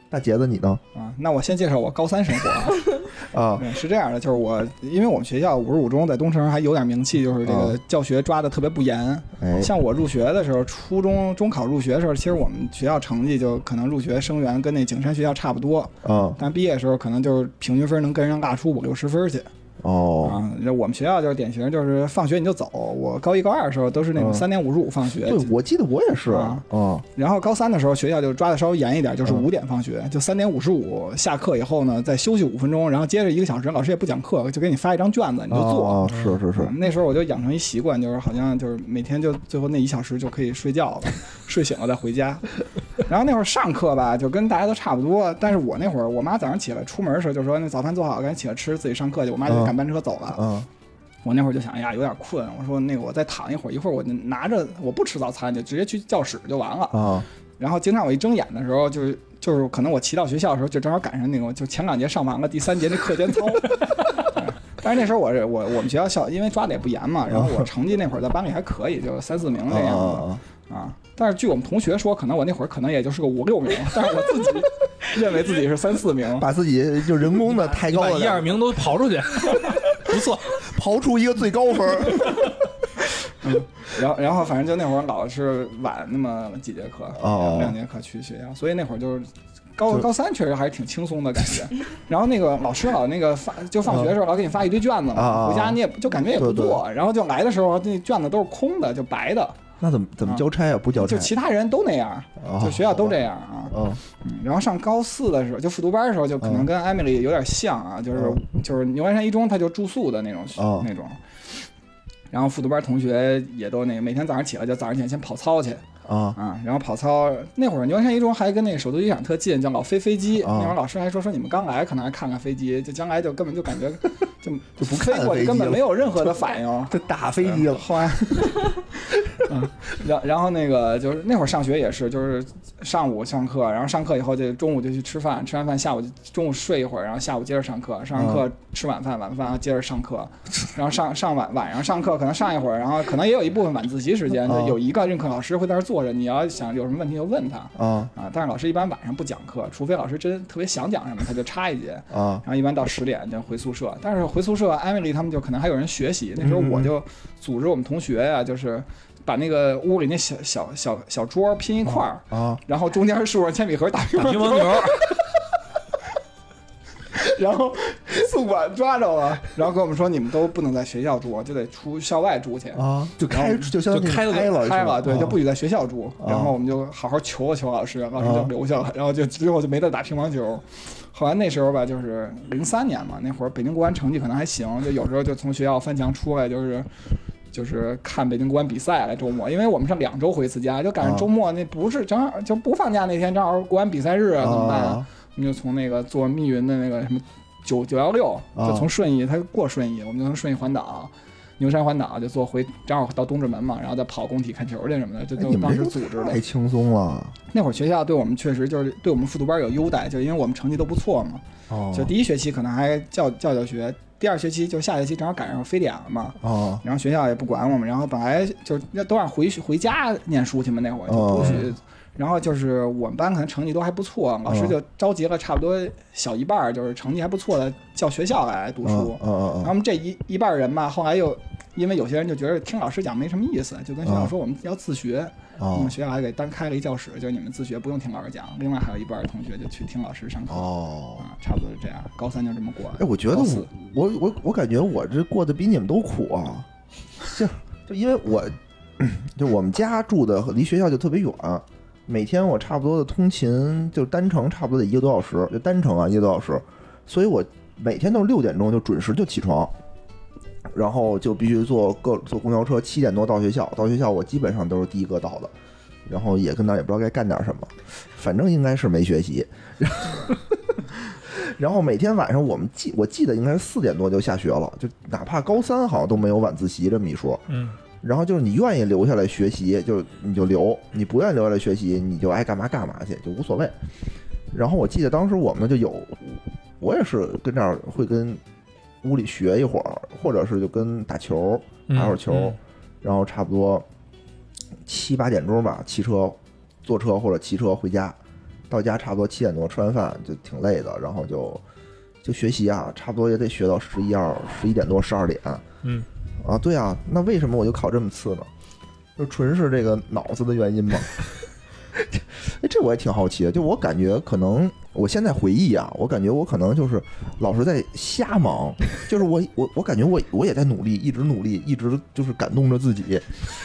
大杰子你呢？ 啊，那我先介绍我高三生活啊。 啊， 嗯，是这样的，就是我，因为我们学校五十五中在东城还有点名气，就是这个教学抓的特别不严。 哎， 像我入学的时候，初中中考入学的时候，其实我们学校成绩就可能入学生源跟那景山学校差不多。 啊， 但毕业的时候可能就是平均分能跟人拉出五六十分去。 哦， 啊，我们学校就是典型，就是放学你就走。我高一高二的时候都是那种三点五十五放学。 对，我记得我也是啊。 嗯， 然后高三的时候，学校就抓的稍微严一点，就是五点放学，就三点五十五下课以后呢，再休息五分钟，然后接着一个小时，老师也不讲课，就给你发一张卷子，你就做。 哦，是是是、 嗯。那时候我就养成一习惯，就是好像就是每天就最后那一小时就可以睡觉了，睡醒了再回家。然后那会儿上课吧，就跟大家都差不多。但是我那会儿，我妈早上起来出门的时候就说：“那早饭做好，赶紧起来吃，自己上课去。”我妈就赶班车走了。 嗯。 我那会儿就想，哎呀，有点困。我说那个我再躺一会儿，一会儿我就拿着我不吃早餐，就直接去教室就完了。 啊。 然后经常我一睁眼的时候，就是就是可能我骑到学校的时候，就正好赶上那种就前两节上完了，第三节那课间操。但是那时候我是我我们学校校因为抓的也不严嘛，然后我成绩那会儿在班里还可以，就三四名这样子啊。但是据我们同学说，可能我那会儿可能也就是个五六名，但是我自己认为自己是三四名， 把自己就人工的抬高了， 一二名都刨出去，不错， 刨出一个最高分。 嗯，然后然后反正就那会儿老是晚那么几节课， 哦， 两节课去学校，所以那会儿就是高高三确实还是挺轻松的感觉。然后那个老师老那个发就放学的时候老给你发一堆卷子嘛， 啊、 回家你也就感觉也不做， 对对， 然后就来的时候那卷子都是空的，就白的。 那怎么怎么交差啊？不交差， 就其他人都那样， 哦、 就学校都这样啊。 嗯， 然后上高四的时候，就复读班的时候，就可能跟艾米丽有点像啊，就是、嗯、就是牛栏山一中，他就住宿的那种、 哦、 那种。然后复读班同学也都那个，每天早上起来就早上起来先跑操去啊啊，然后跑操那会儿牛栏山一中还跟那个首都机场特近，叫老飞飞机。 啊、 那会儿老师还说说你们刚来可能还看看飞机，就将来就根本就感觉就就不看飞机， 根本没有任何的反应， 就打飞机了。 后来，嗯，然然后那个就是那会儿上学也是，就是上午上课，然后上课以后就中午就去吃饭，吃完饭下午中午睡一会儿，然后下午接着上课，上完课吃晚饭，晚饭然后接着上课，然后上上晚晚上上课可能上一会儿，然后可能也有一部分晚自习时间，就有一个任课老师会在那儿坐着，你要想有什么问题就问他啊啊，但是老师一般晚上不讲课，除非老师真特别想讲什么，他就插一节啊， 然后一般到十点就回宿舍，但是回宿舍艾米丽他们就可能还有人学习，那时候我就组织我们同学呀、啊，就是把那个屋里那小小小小桌拼一块儿啊， 然后中间竖上铅笔盒打乒乓球，然后宿管抓着了，然后跟我们说你们都不能在学校住，就得出校外住去啊，就开就相当于开了开了，对， 啊、 就不许在学校住。然后我们就好好求了求老师，老师就留下了，然后就之后就没得打乒乓球。后来那时候吧，就是零三年嘛，那会儿北京国安成绩可能还行，就有时候就从学校翻墙出来，就是就是看北京国安比赛来周末，因为我们是两周回一次家，就赶上周末那不是正好就不放假那天正好国安比赛日啊，怎么办啊？我们就从那个坐密云的那个什么九九幺六，就从顺义，他过顺义，我们就从顺义环岛。牛山环岛就坐回，正好到东直门嘛，然后再跑工体看球去什么的，这都当时组织的。 太轻松了。 那会儿学校对我们确实就是对我们复读班有优待，就因为我们成绩都不错嘛。 哦。 就第一学期可能还教教教学，第二学期就下学期正好赶上非典了嘛。 哦。 然后学校也不管我们，然后本来就都让回回家念书去嘛，那会儿就不许。 哦。 然后就是我们班可能成绩都还不错，老师就召集了差不多小一半，就是成绩还不错的叫学校来读书。 嗯嗯嗯。 然后我们这一一半人吧，后来又因为有些人就觉得听老师讲没什么意思，就跟学校说我们要自学。我们学校还给单开了一教室，就是你们自学不用听老师讲。另外还有一半同学就去听老师上课。 哦。 啊，差不多是这样。高三就这么过。 哎，我觉得我我我我感觉我这过得比你们都苦啊。就就因为我就我们家住的离学校就特别远。每天我差不多的通勤就单程差不多得一个多小时，就单程啊一个多小时，所以我每天都是六点钟就准时就起床，然后就必须坐各坐公交车，七点多到学校。到学校我基本上都是第一个到的，然后也跟那也不知道该干点什么，反正应该是没学习。然后每天晚上我们记我记得应该是四点多就下学了，就哪怕高三好像都没有晚自习这么一说。 嗯。 然后就是你愿意留下来学习，就你就留；你不愿意留下来学习，你就爱干嘛干嘛去，就无所谓。然后我记得当时我们就有，我也是跟这儿会跟屋里学一会儿，或者是就跟打球打会儿球，嗯嗯、然后差不多七八点钟吧，骑车坐车或者骑车回家， 到家差不多七点多吃完饭就挺累的，然后就就学习啊，差不多也得学到十一二十一点多十二点。 嗯， 啊，对啊，那为什么我就考这么次呢？就纯是这个脑子的原因吗？哎，这我也挺好奇的。就我感觉可能，我现在回忆啊，我感觉我可能就是老是在瞎忙，就是我我我感觉我我也在努力，一直努力，一直就是感动着自己。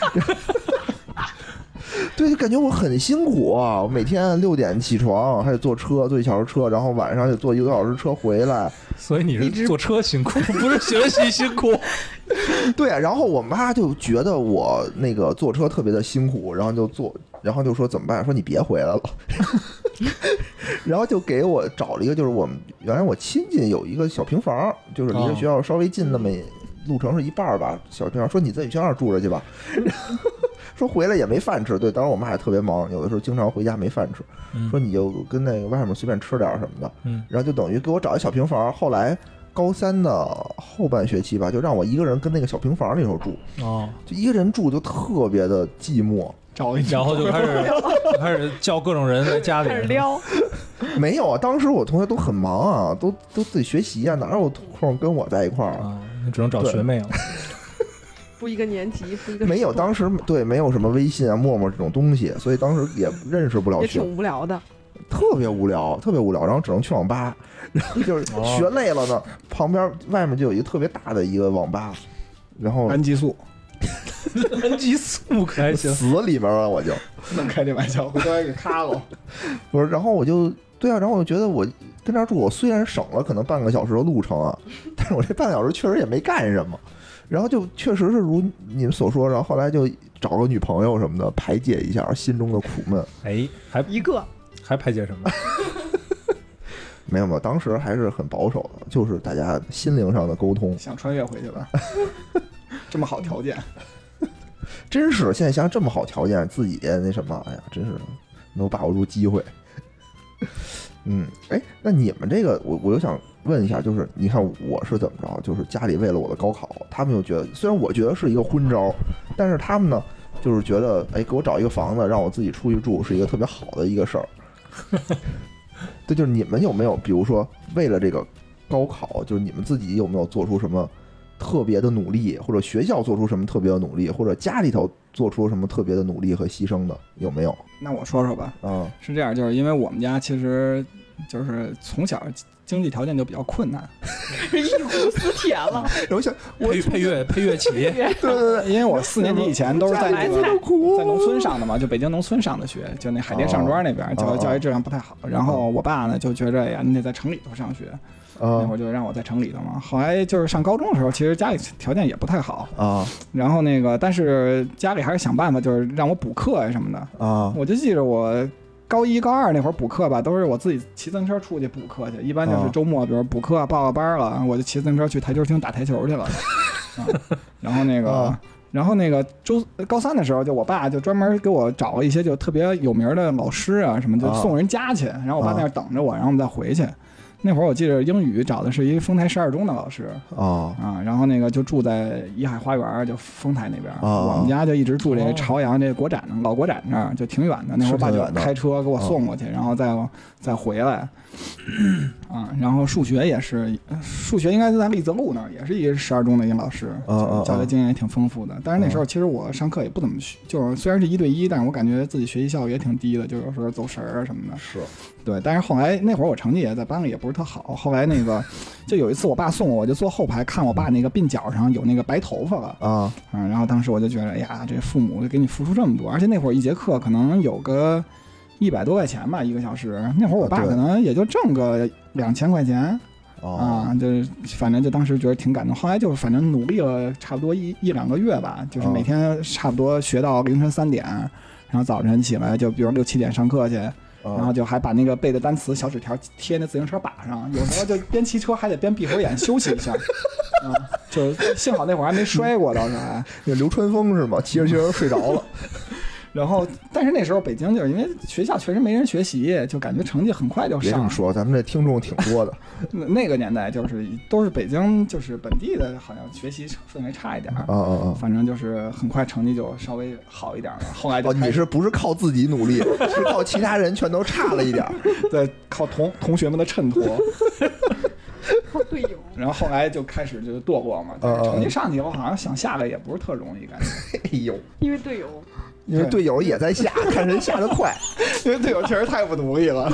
对，就感觉我很辛苦啊！我每天六点起床，还得坐车，坐一小时车，然后晚上得坐一个多小时车回来。 所以你是坐车辛苦，不是学习辛苦。 对啊，然后我妈就觉得我那个坐车特别的辛苦，然后就坐，然后就说怎么办？说你别回来了。然后就给我找了一个，就是我们原来我亲戚有一个小平房，就是离着学校稍微近那么路程是一半吧，小平房，说你自己去那儿住着去吧。说回来也没饭吃，对，当时我妈也特别忙，有的时候经常回家没饭吃， 嗯、 说你就跟那个外面随便吃点什么的， 嗯， 然后就等于给我找一小平房。后来高三的后半学期吧，就让我一个人跟那个小平房里头住， 哦， 就一个人住就特别的寂寞， 找一然后就开始就开始叫各种人在家里开始撩。 没有啊，当时我同学都很忙啊，都都自己学习啊，哪有空跟我在一块儿啊？ 你只能找学妹了。 不一个年级，不一个没有，当时对没有什么微信啊、陌陌这种东西，所以当时也认识不了也学， 挺无聊的， 特别无聊，特别无聊，然后只能去网吧，然后就是学累了呢，旁边外面就有一个特别大的一个网吧，然后氨基素， 氨基素可还行， 死里边了我就不能开这玩笑，回头还给卡了。 不是，然后我就对啊，然后我就觉得我跟这儿住，我虽然省了可能半个小时的路程啊，但是我这半个小时确实也没干什么。然后就确实是如你们所说，然后后来就找个女朋友什么的排解一下心中的苦闷。 哎，还一个还排解什么？ 没有没有，当时还是很保守的，就是大家心灵上的沟通。 想穿越回去了，这么好条件， 真是现在想想这么好条件，自己那什么，哎呀，真是没有把握住机会。嗯，哎，那你们这个，我我又想问一下，就是你看我是怎么着？就是家里为了我的高考，他们又觉得，虽然我觉得是一个昏招，但是他们呢，就是觉得，哎，给我找一个房子，让我自己出去住，是一个特别好的一个事儿。对，就是你们有没有，比如说为了这个高考，就是你们自己有没有做出什么特别的努力，或者学校做出什么特别的努力，或者家里头做出什么特别的努力和牺牲的，有没有？ 那我说说吧。 啊、嗯， 是这样，就是因为我们家其实就是从小经济条件就比较困难， 一壶死铁了。 然后想我配配乐配乐起， 对对对， 因为我四年级以前都是在那个在在农村上的嘛，就北京农村上的学，就那海淀上庄那边，教教育质量不太好。然后我爸呢就觉着呀，你得在城里头上学。那会儿就让我在城里头嘛，后来就是上高中的时候，其实家里条件也不太好啊。 然后那个，但是家里还是想办法，就是让我补课呀什么的啊。 我就记着我高一高二那会儿补课吧，都是我自己骑自行车出去补课去，一般就是周末，比如补课报个班了，我就骑自行车去台球厅打台球去了。啊、然后那个。啊然后那个周高三的时候，就我爸就专门给我找了一些就特别有名的老师啊什么，就送人家去，然后我爸在那儿等着我，然后我们再回去。那会儿我记得英语找的是一个丰台十二中的老师啊啊，然后那个就住在怡海花园，就丰台那边。 啊、 我们家就一直住这朝阳这国展老国展那儿，就挺远的。那会儿爸就开车给我送过去，然后再再回来。啊，然后数学也是，数学应该是在丽泽路那儿，也是一个十二中的一个老师， 啊、 教学经验也挺丰富的。但是那时候其实我上课也不怎么学，就是虽然是一对一，但是我感觉自己学习效率也挺低的，就有时候走神儿啊什么的。 是， 对。但是后来那会儿我成绩也在班里也不是特好，后来那个就有一次我爸送我，我就坐后排看我爸那个鬓角上有那个白头发了啊， 嗯，然后当时我就觉得，哎呀，这父母给你付出这么多，而且那会儿一节课可能有个一百多块钱吧，一个小时。那会儿我爸可能也就挣个两千块钱、 哦、 啊，就是反正就当时觉得挺感动。后来就是反正努力了差不多一一两个月吧，就是每天差不多学到凌晨三点，然后早晨起来就比如六七点上课去，然后就还把那个背的单词小纸条贴那自行车把上，有时候就边骑车还得边闭会儿眼休息一下。啊，就幸好那会儿还没摔过，倒是还那流川枫是吗？骑着骑着睡着了。 然后，但是那时候北京就是因为学校确实没人学习，就感觉成绩很快就上。 别这么说，咱们这听众挺多的。 那那个年代就是都是北京，就是本地的，好像学习氛围差一点。 啊啊啊！ 反正就是很快成绩就稍微好一点了。后来就哦，你是不是靠自己努力，是靠其他人全都差了一点？ 对，靠同同学们的衬托。 靠队友。 然后后来就开始就堕落嘛，但是成绩上去以后，好像想下来也不是特容易，感觉。 哎呦， 因为队友。 因为队友也在下，看谁下得快。 因为队友确实太不努力了，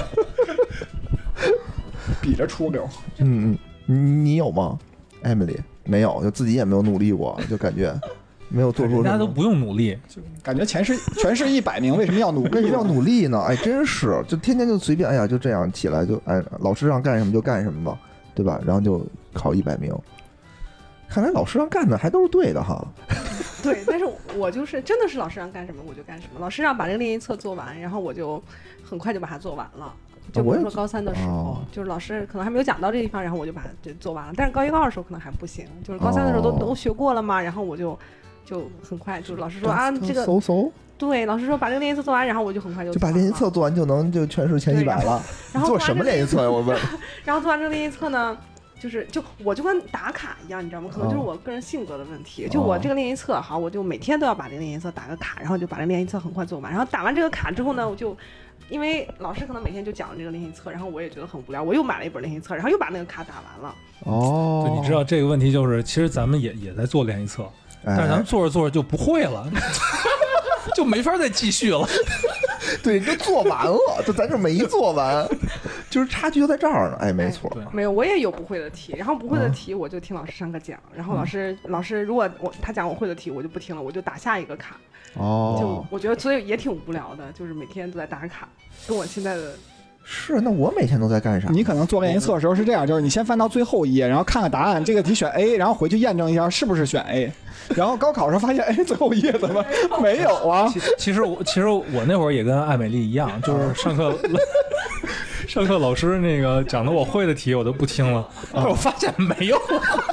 比着出溜。 嗯嗯，你你有吗 ，Emily？ 没有，就自己也没有努力过，就感觉没有做出什么。 大家都不用努力， 就感觉全是全是一百名，为什么要努力？ 为什么要努力呢？哎，真是，就天天就随便，哎呀，就这样起来就哎，老师让干什么就干什么吧，对吧？然后就考一百名。看来老师让干的还都是对的哈。 对，但是我就是真的是老师让干什么我就干什么。老师让把这个练习册做完，然后我就很快就把它做完了。就比如说高三的时候， 哦、 就是老师可能还没有讲到这地方，然后我就把它做完了。但是高一高二的时候可能还不行，就是高三的时候都、哦、都学过了嘛，然后我就就很快，就是老师说啊这个搜搜。 对，老师说把这个练习册做完，然后我就很快就就把练习册做完就能就全市前一百了。 然后做什么练习册呀？我问。 然后做完这个练习册呢？就是就我就跟打卡一样，你知道吗？可能就是我个人性格的问题。哦、就我这个练习册，好，我就每天都要把这个练习册打个卡，然后就把这个练习册很快做完。然后打完这个卡之后呢，我就因为老师可能每天就讲这个练习册，然后我也觉得很无聊，我又买了一本练习册，然后又把那个卡打完了。 哦， 对，你知道这个问题就是，其实咱们也也在做练习册， 哎、 但是咱们做着做着就不会了，就没法再继续了。 对，就做完了，就咱这没做完，就是差距就在这儿呢。哎，没错， 哎、没有，我也有不会的题，然后不会的题我就听老师上课讲，然后老师、嗯、老师如果我他讲我会的题，我就不听了，我就打下一个卡。 哦， 就我觉得所以也挺无聊的，就是每天都在打卡，跟我现在的。 是，那我每天都在干啥？ 你可能做练习册的时候是这样，就是你先翻到最后一页，然后看看答案，这个题选 A， 然后回去验证一下是不是选 A， 然后高考时候发现，哎，最后一页怎么没有啊？ 其其实我其实我那会儿也跟艾美丽一样，就是上课上课老师那个讲的我会的题我都不听了，但我发现没有。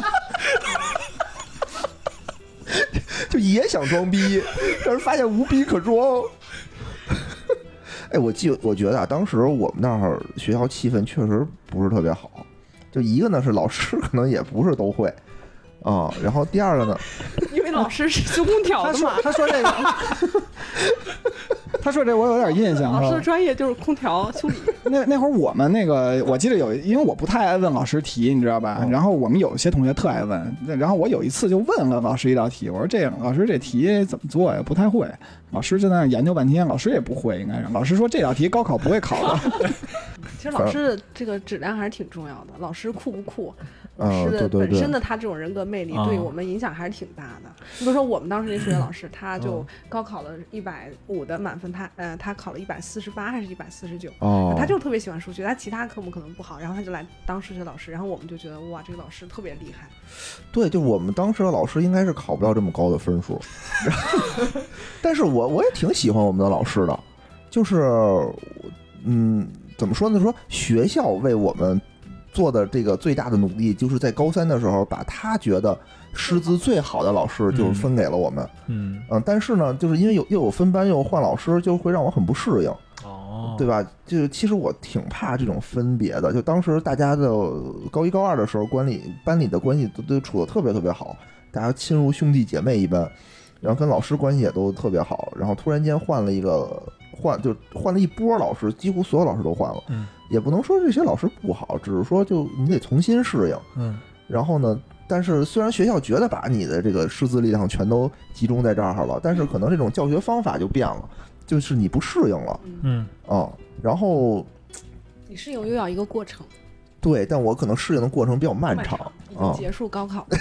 就也想装逼，但是发现无逼可装。哎，我记，我觉得啊，当时我们那儿学校气氛确实不是特别好。就一个呢是老师可能也不是都会啊、嗯，然后第二个呢， 因为老师是修空调的嘛， 他说这个，他说这我有点印象。 老师的专业就是空调修理。 那那会儿我们那个，我记得有，因为我不太爱问老师题，你知道吧？嗯、然后我们有些同学特爱问，然后我有一次就问了老师一道题，我说这样，老师这题怎么做呀？不太会。老师就在那研究半天，老师也不会，应该是。老师说这道题高考不会考的。 其实老师的这个质量还是挺重要的，老师酷不酷？老师的本身的他这种人格魅力对我们影响还是挺大的。你比如说我们当时那数学老师，他就高考了一百五的满分，他呃他考了一百四十八还是一百四十九，他就特别喜欢数学，他其他科目可能不好，然后他就来当数学老师，然后我们就觉得哇，这个老师特别厉害。 对，就我们当时的老师应该是考不了这么高的分数，但是我我也挺喜欢我们的老师的，就是嗯，怎么说呢？说学校为我们做的这个最大的努力，就是在高三的时候，把他觉得师资最好的老师就是分给了我们。 嗯嗯，但是呢，就是因为有又有分班又换老师，就会让我很不适应。 哦， 对吧？就其实我挺怕这种分别的。就当时大家的高一高二的时候，管理班里的关系都都处得特别特别好，大家亲如兄弟姐妹一般，然后跟老师关系也都特别好。然后突然间换了一个换，就换了一波老师，几乎所有老师都换了。 嗯， 也不能说这些老师不好，只是说就你得重新适应。 嗯， 然后呢，但是虽然学校觉得把你的这个师资力量全都集中在这儿了，但是可能这种教学方法就变了。就是你不适应了， 嗯啊，然后你适应又要一个过程， 对，但我可能适应的过程比较漫长， 已经结束高考，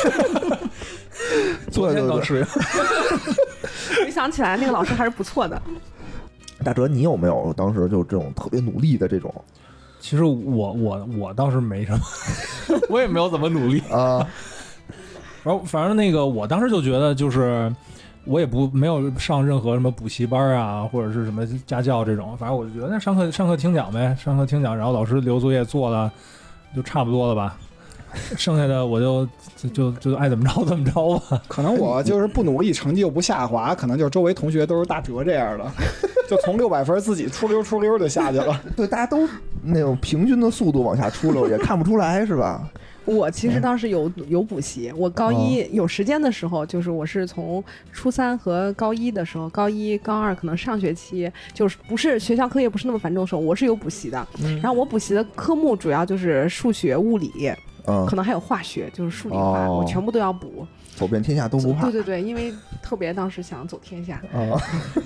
昨天刚适应。 回想起来，那个老师还是不错的。 大哲，你有没有当时就这种特别努力的这种？ 其实我我我倒是没什么，我也没有怎么努力啊。 然后反正那个我当时就觉得就是。我也不没有上任何什么补习班啊，或者是什么家教这种，反正我就觉得那上课上课听讲呗，上课听讲，然后老师留作业做了，就差不多了吧。 剩下的我就就就就爱怎么着怎么着吧。 可能我就是不努力，成绩又不下滑，可能就是周围同学都是大哲这样的，就从六百分自己出溜出溜就下去了。 对，大家都那种平均的速度往下出溜，也看不出来是吧？ 我其实当时有有补习，我高一有时间的时候，就是我是从初三和高一的时候，高一高二可能上学期就是不是学校课业不是那么繁重的时候，我是有补习的。然后我补习的科目主要就是数学、物理， 嗯， 可能还有化学，就是数理化， 哦我全部都要补。 走遍天下都不怕。 对对对，因为特别当时想走天下。 啊。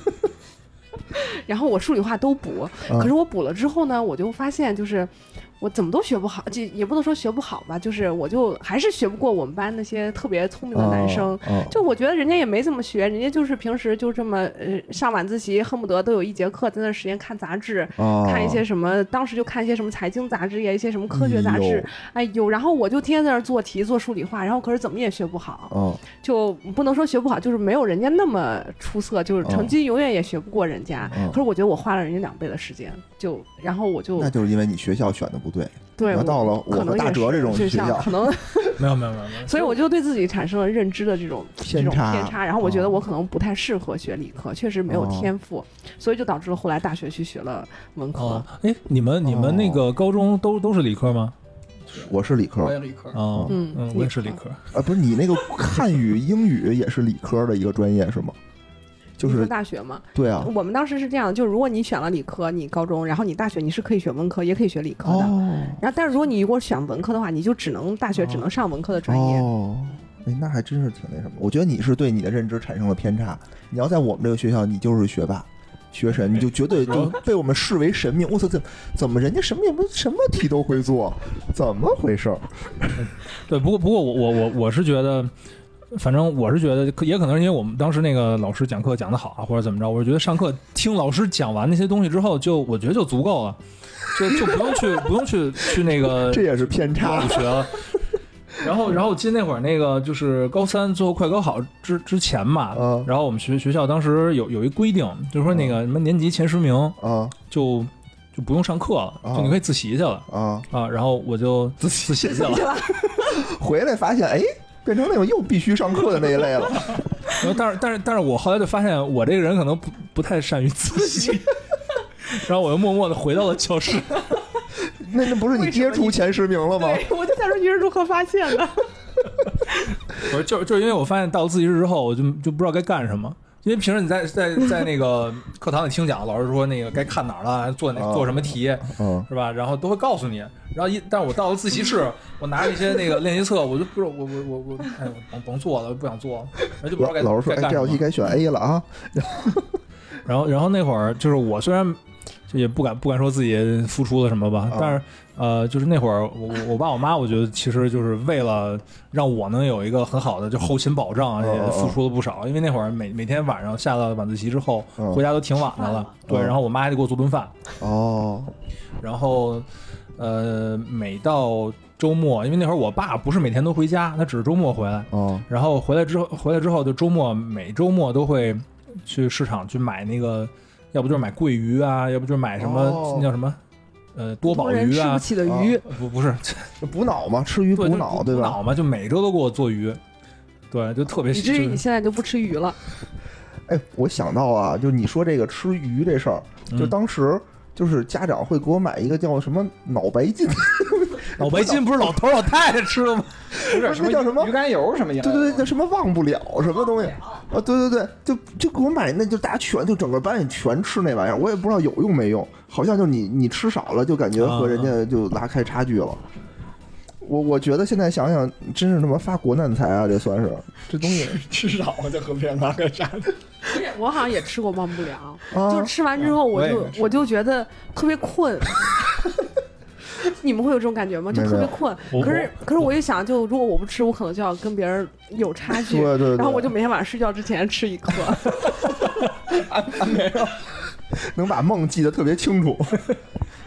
然后我数理化都补，可是我补了之后呢，我就发现就是我怎么都学不好，就也不能说学不好吧，就是我就还是学不过我们班那些特别聪明的男生。 哦哦、 就我觉得人家也没怎么学，人家就是平时就这么呃上晚自习，恨不得都有一节课在那时间看杂志， 哦、 看一些什么，当时就看一些什么财经杂志呀，一些什么科学杂志，哎呦，哎呦然后我就天天在那做题做数理化，然后可是怎么也学不好， 哦、 就不能说学不好，就是没有人家那么出色，就是成绩永远也学不过人家。 哦、 可是我觉得我花了人家两倍的时间，就然后我就那就是因为你学校选的不对。 对， 我到了我和大哲这种学校， 可能没有没有没有没有， 所以我就对自己产生了认知的这种偏差偏差，然后我觉得我可能不太适合学理科，哦、确实没有天赋，哦、所以就导致了后来大学去学了文科。 哎、哦，你们你们那个高中都、哦、都是理科吗？ 我是理科， 我也理科。 哦，嗯嗯，我也是理科。 啊，不是你那个汉语、英语也是理科的一个专业是吗？就是大学嘛， 对啊， 我们当时是这样，就如果你选了理科，你高中，然后你大学你是可以选文科，也可以学理科的。 哦、 然后，但是如果你如果选文科的话，你就只能大学只能上文科的专业。 哦，哎，那还真是挺那什么。我觉得你是对你的认知产生了偏差。你要在我们这个学校，你就是学霸、学神，你就绝对就被我们视为神明。我操，怎怎么人家什么也不什么题都会做，怎么回事？ 对，不过不过我我我我是觉得。反正我是觉得，也可能是因为我们当时那个老师讲课讲得好啊，或者怎么着，我是觉得上课听老师讲完那些东西之后，就我觉得就足够了，就就不用去不用去去那个， 这也是偏差学了。然后然后我记得那会儿那个就是高三最后快高考之之前嘛， 嗯、 然后我们学学校当时有有一规定，就是说那个什么年级前十名啊、 嗯， 就就不用上课了， 嗯、 就你可以自习去了啊啊，然后我就自自习去了， 回来发现哎。变成那种又必须上课的那一类了， 然后但是但是但是我后来就发现我这个人可能不不太善于自习，然后我又默默的回到了教室。 那那不是你接触前十名了吗？ 对，我就想说你是如何发现的。 不是，就是就是因为我发现到了自习室之后，我就就不知道该干什么。因为平时你在在在那个课堂里听讲，老师说那个该看哪儿了，做哪做什么题， 嗯， 是吧？然后都会告诉你。然后一，但是我到了自习室，我拿着一些那个练习册，我就不知道我我我我，哎，我甭甭做了，不想做了，然后就不知道该老师说，哎，这道题该选 A 了啊。 然后然后那会儿就是我虽然就也不敢不敢说自己付出了什么吧，但是。呃，就是那会儿，我我爸我妈，我觉得其实就是为了让我能有一个很好的就后勤保障，也付出了不少。因为那会儿每每天晚上下了晚自习之后，回家都挺晚的了，对，然后我妈还得给我做顿饭。 哦， 然后呃，每到周末，因为那会儿我爸不是每天都回家，他只是周末回来。 哦， 然后回来之后，回来之后就周末每周末都会去市场去买那个，要不就是买桂鱼啊，要不就是买什么、哦、那叫什么。呃，多宝鱼啊， 吃不起的鱼， 啊、不不是补脑嘛，吃鱼补脑，对吧？ 补脑嘛，就每周都给我做鱼，对，就特别。 以至于你现在就不吃鱼了。 哎，我想到啊，就你说这个吃鱼这事儿，就当时就是家长会给我买一个叫什么脑白金， 脑白金不是老头老太太吃的吗？ 不是，那叫什么鱼肝油什么呀？ 对对对，那什么忘不了什么东西啊？对对对，就就给我买，那就大家全就整个班里全吃那玩意儿，我也不知道有用没用，好像就你你吃少了就感觉和人家就拉开差距了。我我觉得现在想想，真是他妈发国难财啊！这算是这东西吃少了就和别人拉开差距。 我好像也吃过忘不了， 啊、 就吃完之后我就 我, 我就觉得特别困。你们会有这种感觉吗？就特别困。可是可是我一想，就如果我不吃，我可能就要跟别人有差距。 对对对。 然后我就每天晚上睡觉之前吃一颗。 没有。能把梦记得特别清楚。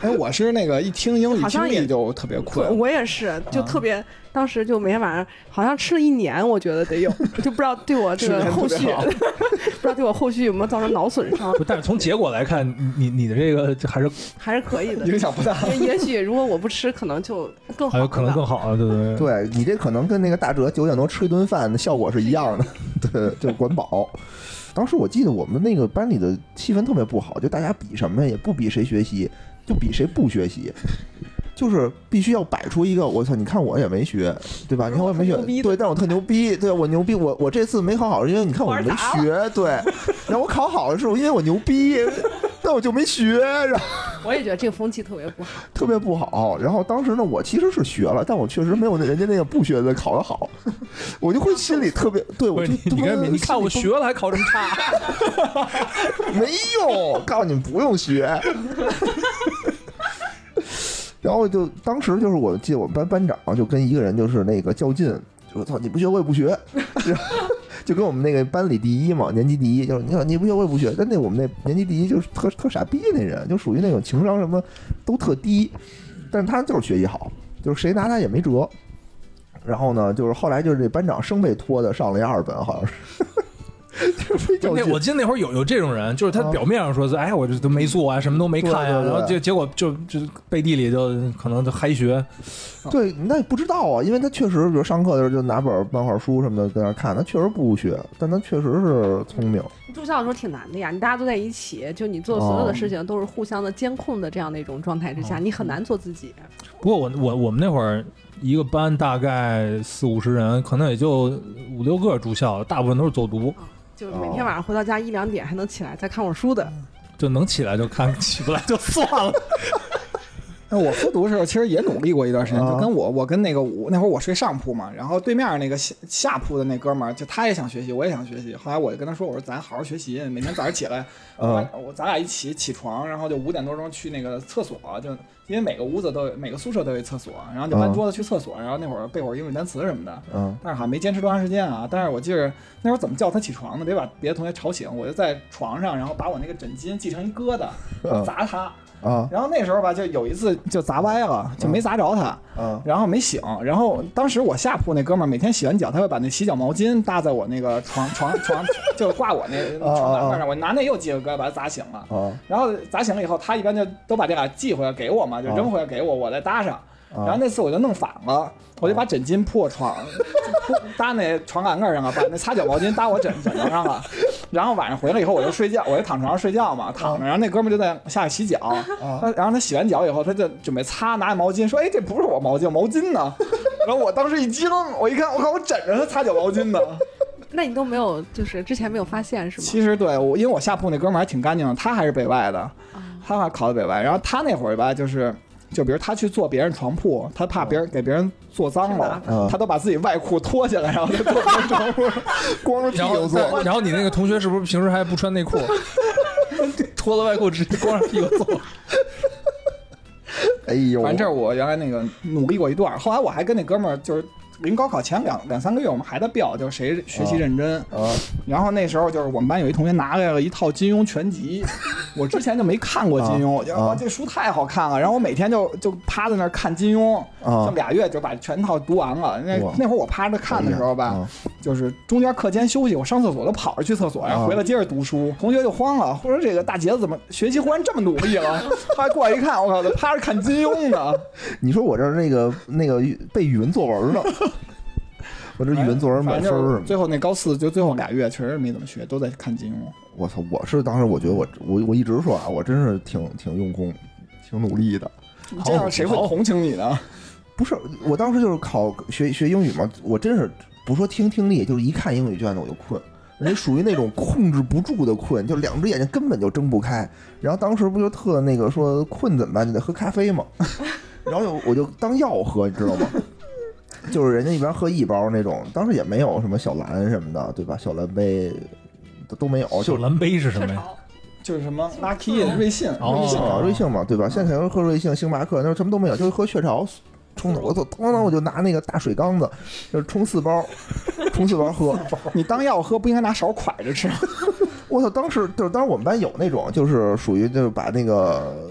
哎，我是那个一听英语听力就特别困， 我也是，就特别、嗯、当时就每天晚上好像吃了一年，我觉得得有，就不知道对我这个后续，不知道对我后续有没有造成脑损伤。 但是从结果来看，你你的这个还是还是可以的， 影响不大。 也许如果我不吃，可能就更好， 还有可能更好了，对不对？ 对你这可能跟那个大哲九点多吃一顿饭的效果是一样的，对，就管饱。当时我记得我们那个班里的气氛特别不好，就大家比什么也不比谁学习，就比谁不学习，就是必须要摆出一个我操，你看我也没学，对吧？你看我也没学，对，但我特牛逼，对我牛逼，我我这次没考好是因为你看我没学，对，然后我考好了是因为我牛逼，但我就没学，然后我也觉得这个风气特别不好， 特别不好。然后当时呢，我其实是学了，但我确实没有人家那个不学的考得好，我就会心里特别对我就你看你看我学了还考这么差， 没用，告诉你们不用学。然后就当时就是我记得我们班班长就跟一个人就是那个较劲，就说操你不学我也不学，就跟我们那个班里第一嘛，年级第一，就是你看你不学我也不学，但那我们那年级第一就是特特傻逼那人，就属于那种情商什么都特低，但是他就是学习好，就是谁拿他也没辙。然后呢，就是后来就是这班长生被拖的上了一二本，好像是。 那我记得那会儿有有这种人，就是他表面上说是、啊、哎我这都没做啊，什么都没看呀、啊，然后结结果就就背地里就可能就嗨学。 对，那也不知道啊，因为他确实比如上课的时候就拿本漫画书什么的在那看，他确实不学，但他确实是聪明。 住校的时候挺难的呀，你大家都在一起，就你做所有的事情都是互相的监控的这样的一种状态之下，哦、你很难做自己。 不过我我我们那会儿一个班大概四五十人，可能也就五六个住校，大部分都是走读。哦就是每天晚上回到家一两点还能起来再看会儿书的， 就能起来就看，起不来就算了。 那我复读的时候其实也努力过一段时间，就跟我我跟那个我那会儿我睡上铺嘛，然后对面那个下下铺的那哥们儿，就他也想学习，我也想学习。后来我就跟他说，我说咱好好学习，每天早上起来，我我咱俩一起起床，然后就五点多钟去那个厕所，就因为每个屋子都有，每个宿舍都有一厕所，然后就搬桌子去厕所，然后那会儿背会儿英语单词什么的。嗯，但是好像没坚持多长时间啊。但是我记得那会儿怎么叫他起床呢？别把别的同学吵醒，我就在床上，然后把我那个枕巾系成一疙瘩，砸他。啊，然后那时候吧，就有一次就砸歪了，就没砸着他，嗯，然后没醒。然后当时我下铺那哥们儿每天洗完脚，他会把那洗脚毛巾搭在我那个床床床，就挂我那床栏杆上，我拿那又系个疙瘩把他砸醒了。啊，然后砸醒了以后，他一般就都把这俩系回来给我嘛，就扔回来给我，我再搭上。然后那次我就弄反了，我就把枕巾铺床，铺搭那床栏杆上了，把那擦脚毛巾搭我枕枕头上了。然后晚上回来以后我就睡觉，我就躺床上睡觉嘛，躺着。然后那哥们就在下去洗脚，他然后他洗完脚以后，他就准备擦，拿毛巾说：“哎，这不是我毛巾，毛巾呢？”然后我当时一惊，我一看，我看我枕着他擦脚毛巾呢。 那你都没有，就是之前没有发现是吗？ 其实对我，因为我下铺那哥们还挺干净的，他还是北外的，他还考的北外。然后他那会儿吧，就是。就比如他去坐别人床铺，他怕别人给别人坐脏了，嗯、他都把自己外裤脱下来，然后再坐别人床铺，光着屁股坐。 然后你那个同学是不是平时还不穿内裤，脱了外裤直接光着屁股坐？ 哎呦， 反正这我原来那个努力过一段，后来我还跟那哥们儿就是。临高考前两两三个月，我们还在飙，就是谁学习认真。啊啊、然后那时候就是我们班有一同学拿来了一套金庸全集，我之前就没看过金庸，我觉得哇这书太好看了。然后我每天就就趴在那儿看金庸，啊、就俩月就把全套读完了。那那会儿我趴着看的时候吧，啊、就是中间课间休息，我上厕所都跑着去厕所，然后回来接着读书。同学就慌了，或者这个大杰子怎么学习忽然这么努力了？后来过来一看，我靠，他趴着看金庸呢。 你说我这那个那个背语文作文呢？我这语文作文满分儿， 最后那高四就最后俩月确实没怎么学，都在看金庸。 我操！我是当时我觉得我我我一直说啊，我真是挺挺用功，挺努力的。 这样谁会同情你呢？ 不是，我当时就是考学学英语嘛，我真是不说听听力，就是一看英语卷子我就困，而且属于那种控制不住的困，就两只眼睛根本就睁不开。然后当时不就特那个说困怎么办？就得喝咖啡嘛。然后我就当药喝，你知道吗？就是人家一边喝一包那种，当时也没有什么小蓝什么的，对吧？小蓝杯都都没有。 小蓝杯是什么呀？ 就是什么 Lucky 瑞幸， 瑞幸啊，瑞幸嘛，对吧？现在可能喝瑞幸、星巴克，那时候什么都没有，就是喝雀巢冲的。我操，当当我就拿那个大水缸子，就是冲四包，冲四包喝。 你当药喝不应该拿勺蒯着吃？ 我操，当时就是当时我们班有那种，就是属于就是把那个。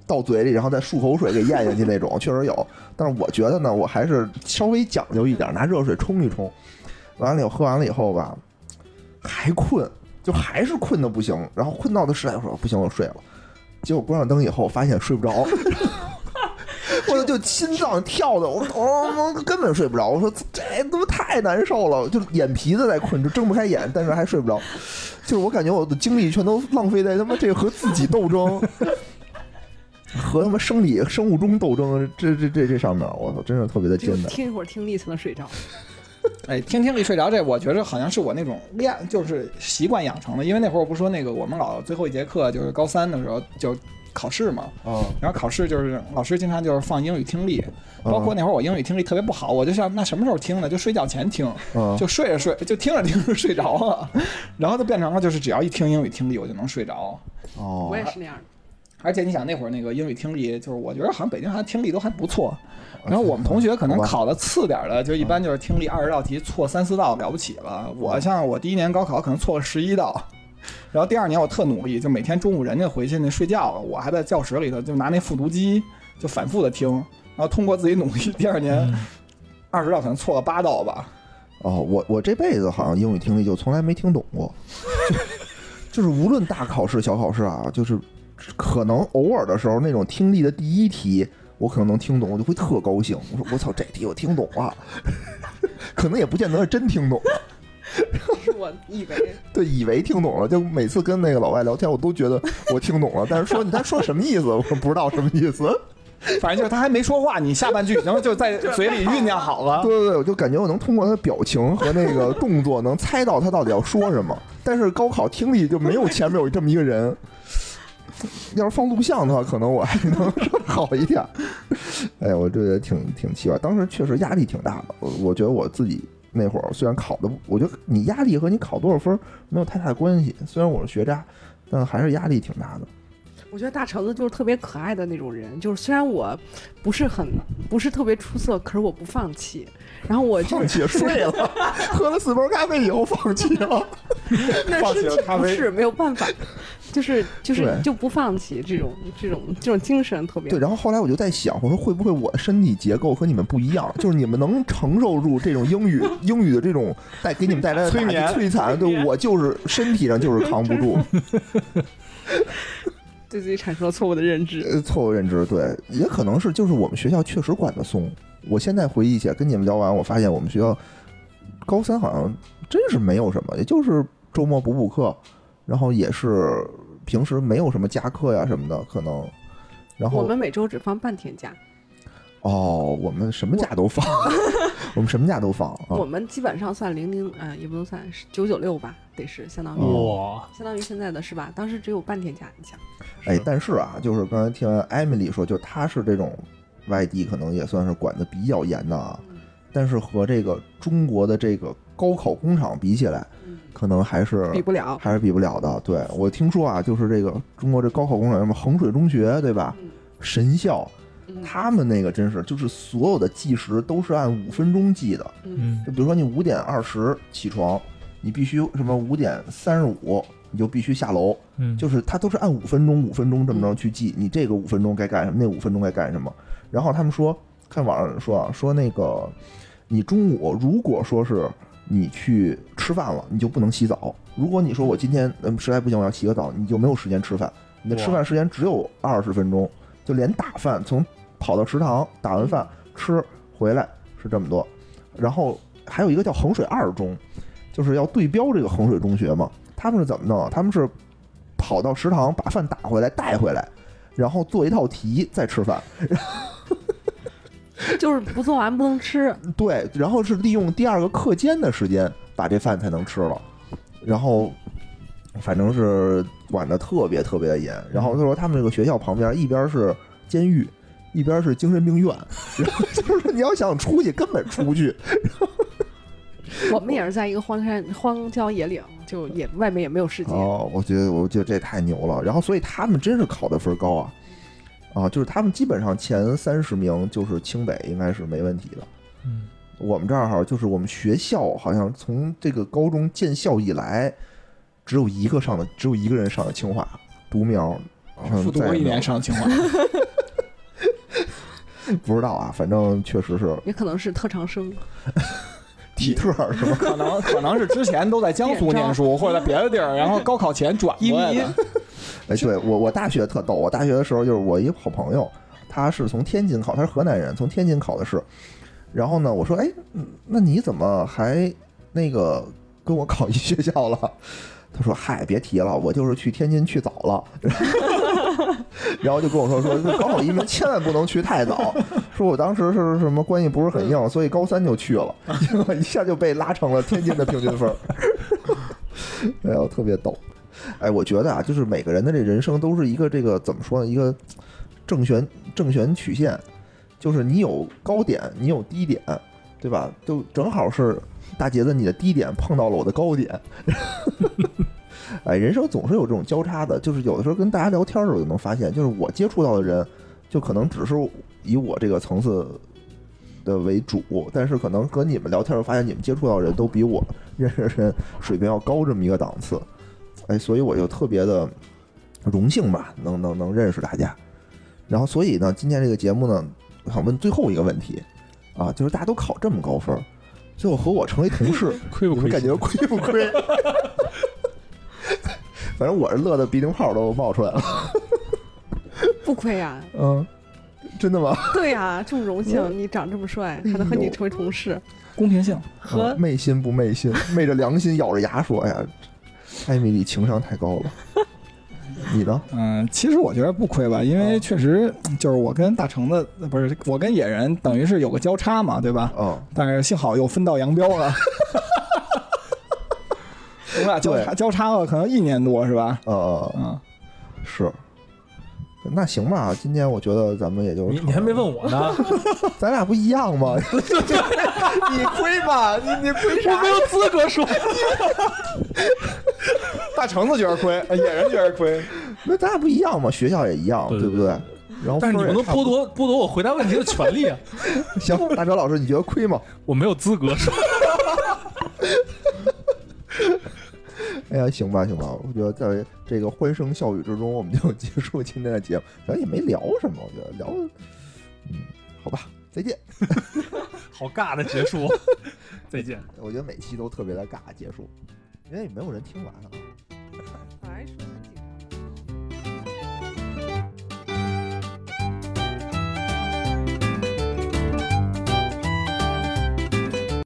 到嘴里，然后再漱口水给咽下去那种，确实有。但是我觉得呢，我还是稍微讲究一点，拿热水冲一冲，完了以后喝完了以后吧，还困，就还是困的不行，然后困到的实在说不行，我睡了。结果关上灯以后，发现睡不着。我就心脏跳的，我我根本睡不着。我说这他妈太难受了，就眼皮子在困，就睁不开眼，但是还睡不着。就是我感觉我的精力全都浪费在他妈这个和自己斗争，和他妈生理生物钟斗争，这这这这上面，我操，真是特别的艰难。 听一会儿听力才能睡着。 哎，听听力睡着，这我觉得好像是我那种练，就是习惯养成的。因为那会儿我不说那个，我们老最后一节课就是高三的时候就考试嘛， 哦， 然后考试就是老师经常就是放英语听力，包括那会儿我英语听力特别不好，我就想那什么时候听呢？就睡觉前听，就睡着睡，就听着听着睡着了，然后就变成了就是只要一听英语听力我就能睡着。 哦， 我也是那样的。 而且你想那会儿那个英语听力，就是我觉得好像北京好像听力都还不错。然后我们同学可能考的次点的，就一般就是听力二十道题错三四道了不起了。我像我第一年高考可能错了十一道，然后第二年我特努力，就每天中午人家回去那睡觉了，我还在教室里头就拿那复读机就反复的听，然后通过自己努力，第二年二十道可能错了八道吧。 哦，我我这辈子好像英语听力就从来没听懂过，就就是无论大考试小考试啊，就是可能偶尔的时候那种听力的第一题。我可能能听懂，我就会特高兴。我说我操，这题我听懂了，可能也不见得是真听懂了， 是我以为对，以为听懂了。就每次跟那个老外聊天，我都觉得我听懂了，但是说你他说什么意思，我不知道什么意思。 反正就是他还没说话，你下半句已经就在嘴里酝酿好了。 对对对，我就感觉我能通过他的表情和那个动作，能猜到他到底要说什么。但是高考听力就没有前面有这么一个人。要是放录像的话，可能我还能好一点。哎呀，我这也挺挺奇怪，当时确实压力挺大的。我我觉得我自己那会儿虽然考的，我觉得你压力和你考多少分没有太大的关系。虽然我是学渣，但还是压力挺大的。 我觉得大橙子就是特别可爱的那种人，就是虽然我不是很不是特别出色，可是我不放弃。然后我就放弃睡了，喝了四包咖啡以后放弃了， 那身体不是没有办法，就是就是就不放弃这种这种这种精神特别对。然后后来我就在想，我说会不会我的身体结构和你们不一样，就是你们能承受住这种英语英语的这种带给你们带来的催眠摧残，对我就是身体上就是扛不住。 对自己产生了错误的认知， 呃，错误认知，对，也可能是就是我们学校确实管得松。我现在回忆起来，跟你们聊完，我发现我们学校高三好像真是没有什么，也就是周末补补课，然后也是平时没有什么加课呀什么的，可能。然后我们每周只放半天假。 哦，我们什么假都放，我们什么假都放。啊、 我们基本上算零零，呃，也不能算九九六吧，得是相当于哇， 相当于现在的是吧？当时只有半天假，你想？ 哎，但是啊，就是刚才听完艾米丽说，就她是这种外地，可能也算是管的比较严的啊。嗯、但是和这个中国的这个高考工厂比起来，嗯、可能还是比不了， 还是比不了的。对，我听说啊，就是这个中国这高考工厂，什么衡水中学，对吧？嗯、神校。他们那个真是就是所有的计时都是按五分钟计的， 嗯， 就比如说你五点二十起床，你必须什么五点三十五你就必须下楼， 嗯， 就是他都是按五分钟五分钟这么着去记，你这个五分钟该干什么，那五分钟该干什么。然后他们说，看网上说啊，说那个你中午如果说是你去吃饭了，你就不能洗澡。如果你说我今天嗯实在不行我要洗个澡，你就没有时间吃饭，你的吃饭时间只有二十分钟，就连打饭从跑到食堂打完饭吃回来是这么多。然后还有一个叫衡水二中，就是要对标这个衡水中学嘛。他们是怎么弄？他们是跑到食堂把饭打回来带回来，然后做一套题再吃饭。 就是不做完不能吃。 对，然后是利用第二个课间的时间把这饭才能吃了。然后反正是管得特别特别的严。然后他说他们这个学校旁边一边是监狱，一边是精神病院，然后就是你要想出去根本出不去。 我们也是在一个荒山荒郊野岭，就也外面也没有世界。 哦，我觉得我觉得这太牛了。然后所以他们真是考的分高啊，啊，就是他们基本上前三十名就是清北应该是没问题的。 嗯， 我们这儿哈就是我们学校好像从这个高中建校以来，只有一个上的只有一个人上的清华，独苗。 复读过一年上清华。 不知道啊，反正确实是， 也可能是特长生， 体特是吧？ 可能可能是之前都在江苏念书，或者在别的地儿，然后高考前转过来的。 哎，对我我大学特逗，我大学的时候就是我一好朋友，他是从天津考，他是河南人，从天津考的试。然后呢，我说，哎，那你怎么还那个跟我考一学校了？他说，嗨，别提了，我就是去天津去早了。然后就跟我说说高考移民千万不能去太早，说我当时是什么关系不是很硬，所以高三就去了，结果一下就被拉成了天津的平均分。哎呦，特别逗。哎，我觉得啊，就是每个人的这人生都是一个这个怎么说呢，一个正弦正弦曲线，就是你有高点，你有低点，对吧？就正好是大杰子你的低点碰到了我的高点。哎，人生总是有这种交叉的，就是有的时候跟大家聊天的时候就能发现，就是我接触到的人，就可能只是以我这个层次的为主，但是可能和你们聊天，发现你们接触到的人都比我认识的人水平要高这么一个档次。哎，所以我就特别的荣幸吧，能能能认识大家。然后，所以呢，今天这个节目呢，我想问最后一个问题啊，就是大家都考这么高分，最后和我成为同事， 亏不亏？ 感觉亏不亏？反正我是乐的鼻涕泡都冒出来了。 不亏呀、啊。 嗯，真的吗？ 对呀、啊，这么荣幸，你长这么帅，还能和你成为同事， 公平性和、 嗯、昧心不昧心，昧着良心咬着牙说：“哎呀，艾米丽情商太高了。”你呢？ 嗯，其实我觉得不亏吧，因为确实就是我跟大橙子不是我跟野人等于是有个交叉嘛，对吧？ 嗯， 但是幸好又分道扬镳了。我们俩交叉交叉了，可能一年多是吧？ 呃嗯，是。那行吧，今天我觉得咱们也就你你还没问我呢， 咱俩不一样吗？你亏吧，你你亏啥？ 我没有资格说。 大橙子觉得亏，野人觉得亏， 那咱俩不一样吗？学校也一样， 对对不对？然后， 但是你不能剥夺剥夺我回答问题的权利啊！ 行，大哲老师，你觉得亏吗？ 我没有资格说。 哎呀，行吧，行吧，我觉得在这个欢声笑语之中，我们就结束今天的节目。咱也没聊什么，我觉得聊，嗯，好吧，再见。 好尬的结束，再见。 我觉得每期都特别的尬结束，因为也没有人听完啊。